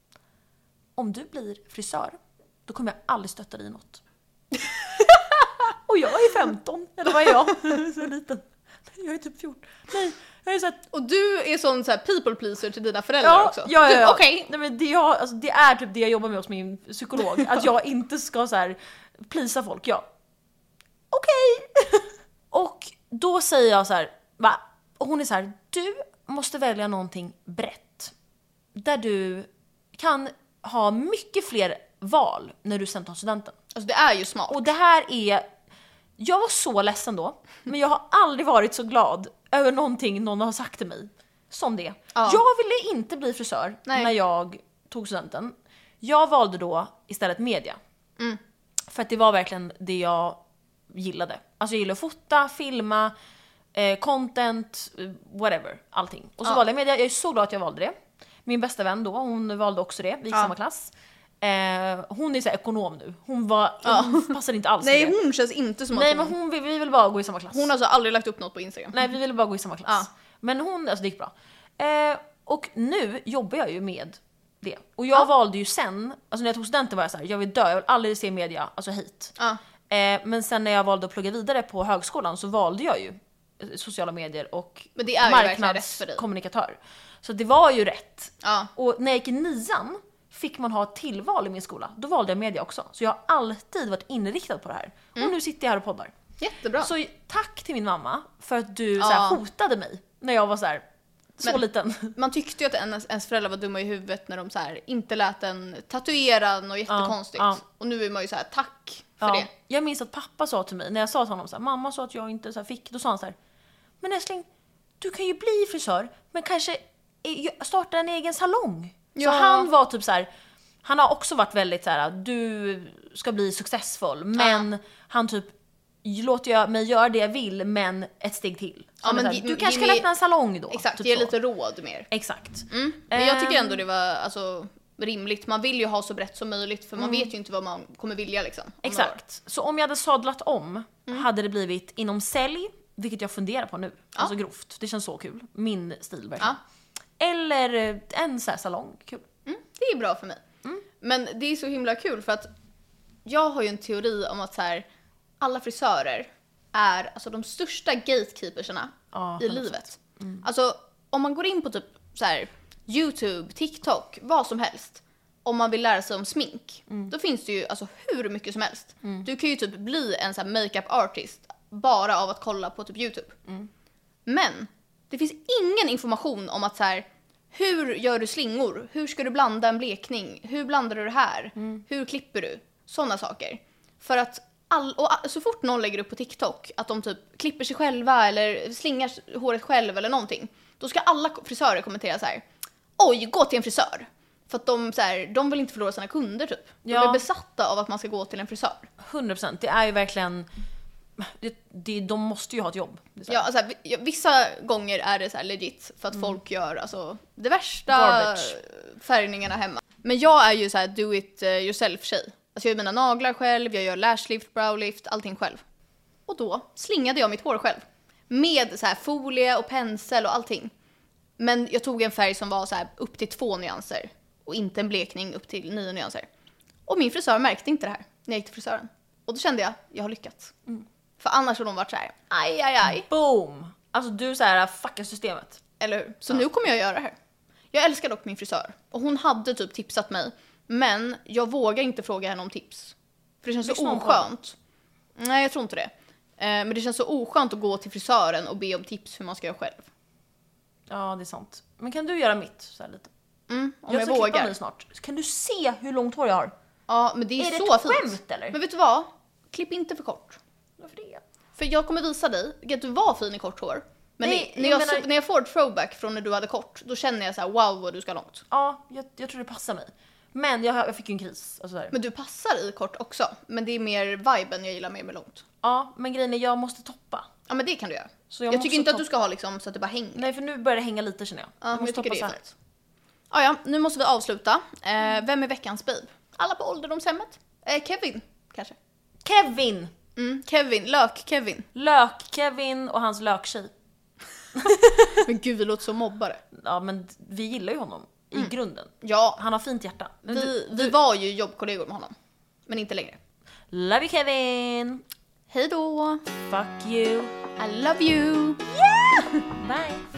om du blir frisör, då kommer jag aldrig stötta dig i något. Och jag är 15, eller vad är jag? Så liten. Jag är typ 14. Nej, jag är så här... Och du är sån så här people pleaser till dina föräldrar också? Ja. Okej. Nej, men det är typ det jag jobbar med hos min psykolog. Att jag inte ska så här plisa folk. Ja. Okej. Och då säger jag så här, va? Och hon är så här, du måste välja någonting brett. Där du kan ha mycket fler val när du sen tar studenten. Alltså det är ju smart. Och det här är... Jag var så ledsen då, men jag har aldrig varit så glad över någonting någon har sagt till mig som det. Jag ville inte bli frisör när jag tog studenten. Jag valde då istället media. För att det var verkligen det jag gillade. Alltså jag gillade att fota, filma, content, whatever, allting. Och så valde jag media. Jag är så glad att jag valde det. Min bästa vän då, hon valde också det. Vi gick i samma klass. Hon är så här ekonom nu. Hon passade inte alls. Nej, hon känns inte som att men vi vill bara gå i samma klass. Hon har alltså aldrig lagt upp något på Instagram. Nej, vi ville bara gå i samma klass. Men hon, alltså det gick bra. Och nu jobbar jag ju med det. Och jag valde ju sen, alltså när jag tog studenten var jag så här, jag vill dö, jag vill aldrig se media, alltså hit. Men sen när jag valde att plugga vidare på högskolan så valde jag ju sociala medier och men det är marknadskommunikatör. Så det var ju rätt. Och när jag gick i 9:an fick man ha ett tillval i min skola. Då valde jag media också. Så jag har alltid varit inriktad på det här. Och nu sitter jag här och poddar. Jättebra. Så tack till min mamma för att du så här, hotade mig när jag var så här, så liten. Man tyckte ju att ens föräldrar var dumma i huvudet när de så här, inte lät en tatuera något jättekonstigt. Och nu är man ju så här, tack för det. Jag minns att pappa sa till mig, när jag sa till honom så här, mamma sa att jag inte så här, fick, då sa han så här, men älskling, du kan ju bli frisör, men kanske starta en egen salong. Så han var typ så här, han har också varit väldigt så här, du ska bli successfull, men han typ låter mig göra det jag vill, men ett steg till. Men här, du kanske kan öppna en salong då. Exakt, typ ge så. lite råd mer. Exakt. Men jag tycker ändå det var alltså rimligt. Man vill ju ha så brett som möjligt, för man vet ju inte vad man kommer vilja liksom. Exakt. Så om jag hade sadlat om hade det blivit inom sälj, vilket jag funderar på nu. Alltså grovt. Det känns så kul. Min stil verkligen. Eller en så här salong. Kul. Det är bra för mig. Men det är så himla kul för att jag har ju en teori om att så här, alla frisörer är alltså de största gatekeepersarna i livet. Alltså om man går in på typ så här, YouTube, TikTok, vad som helst. Om man vill lära sig om smink, då finns det ju alltså hur mycket som helst. Du kan ju typ bli en så här makeup artist bara av att kolla på typ YouTube. Men Det finns ingen information om att så här, hur gör du slingor? Hur ska du blanda en blekning? Hur blandar du det här? Hur klipper du? Sådana saker. För att så fort någon lägger upp på TikTok att de typ klipper sig själva eller slingar håret själv eller någonting, då ska alla frisörer kommentera så här: oj, gå till en frisör. För att de vill inte förlora sina kunder typ. De är besatta av att man ska gå till en frisör. 100%, det är ju verkligen... de måste ju ha ett jobb. Ja, alltså, vissa gånger är det så här legit för att folk gör alltså, det värsta Garbage. färgningarna hemma. Men jag är ju så här do it yourself tjej. Alltså jag gör mina naglar själv, jag gör lashlift, browlift, allting själv. Och då slingade jag mitt hår själv. Med så här folie och pensel och allting. Men jag tog en färg som var så här upp till 2 nyanser. Och inte en blekning upp till 9 nyanser. Och min frisör märkte inte det här när jag gick till frisören. Och då kände jag har lyckats. För annars har de varit så här, aj. Boom! Alltså du så här fuckar systemet. Eller hur? Så nu kommer jag göra det här. Jag älskar dock min frisör. Och hon hade typ tipsat mig. Men jag vågar inte fråga henne om tips. För det känns så oskönt. Nej, jag tror inte det. Men det känns så oskönt att gå till frisören och be om tips hur man ska göra själv. Ja, det är sant. Men kan du göra mitt så här lite? Om jag ska klippa vågar. mig snart. Kan du se hur långt hår jag har? Ja, men det är det så ett fint. skämt, eller? Men vet du vad? Klipp inte för kort. Varför det? För jag kommer visa dig att du var fin i kort hår. Men Nej, när jag får ett throwback från när du hade kort, då känner jag så här: wow, vad du ska långt. Ja, jag tror det passar mig. Men jag fick ju en kris. Alltså där. Men du passar i kort också. Men det är mer viben jag gillar mer med långt. Ja, men grejen är jag måste toppa. Ja, men det kan du göra. Så Jag tycker inte att du ska ha liksom så att det bara hänger. Nej, för nu börjar det hänga lite känner jag. Ja, men jag tycker det är så här. fint. Ja, nu måste vi avsluta. Vem är veckans babe? Alla på ålderdomshemmet? Kevin, kanske? Kevin! Kevin, Lök-Kevin. Lök-Kevin och hans löktjej. Men gud, vi låter som mobbare. Ja, men vi gillar ju honom i grunden. Ja, Han har fint hjärta. Men vi var ju jobbkollegor med honom. Men inte längre. Love you Kevin! Hej då! Fuck you! I love you! Bye!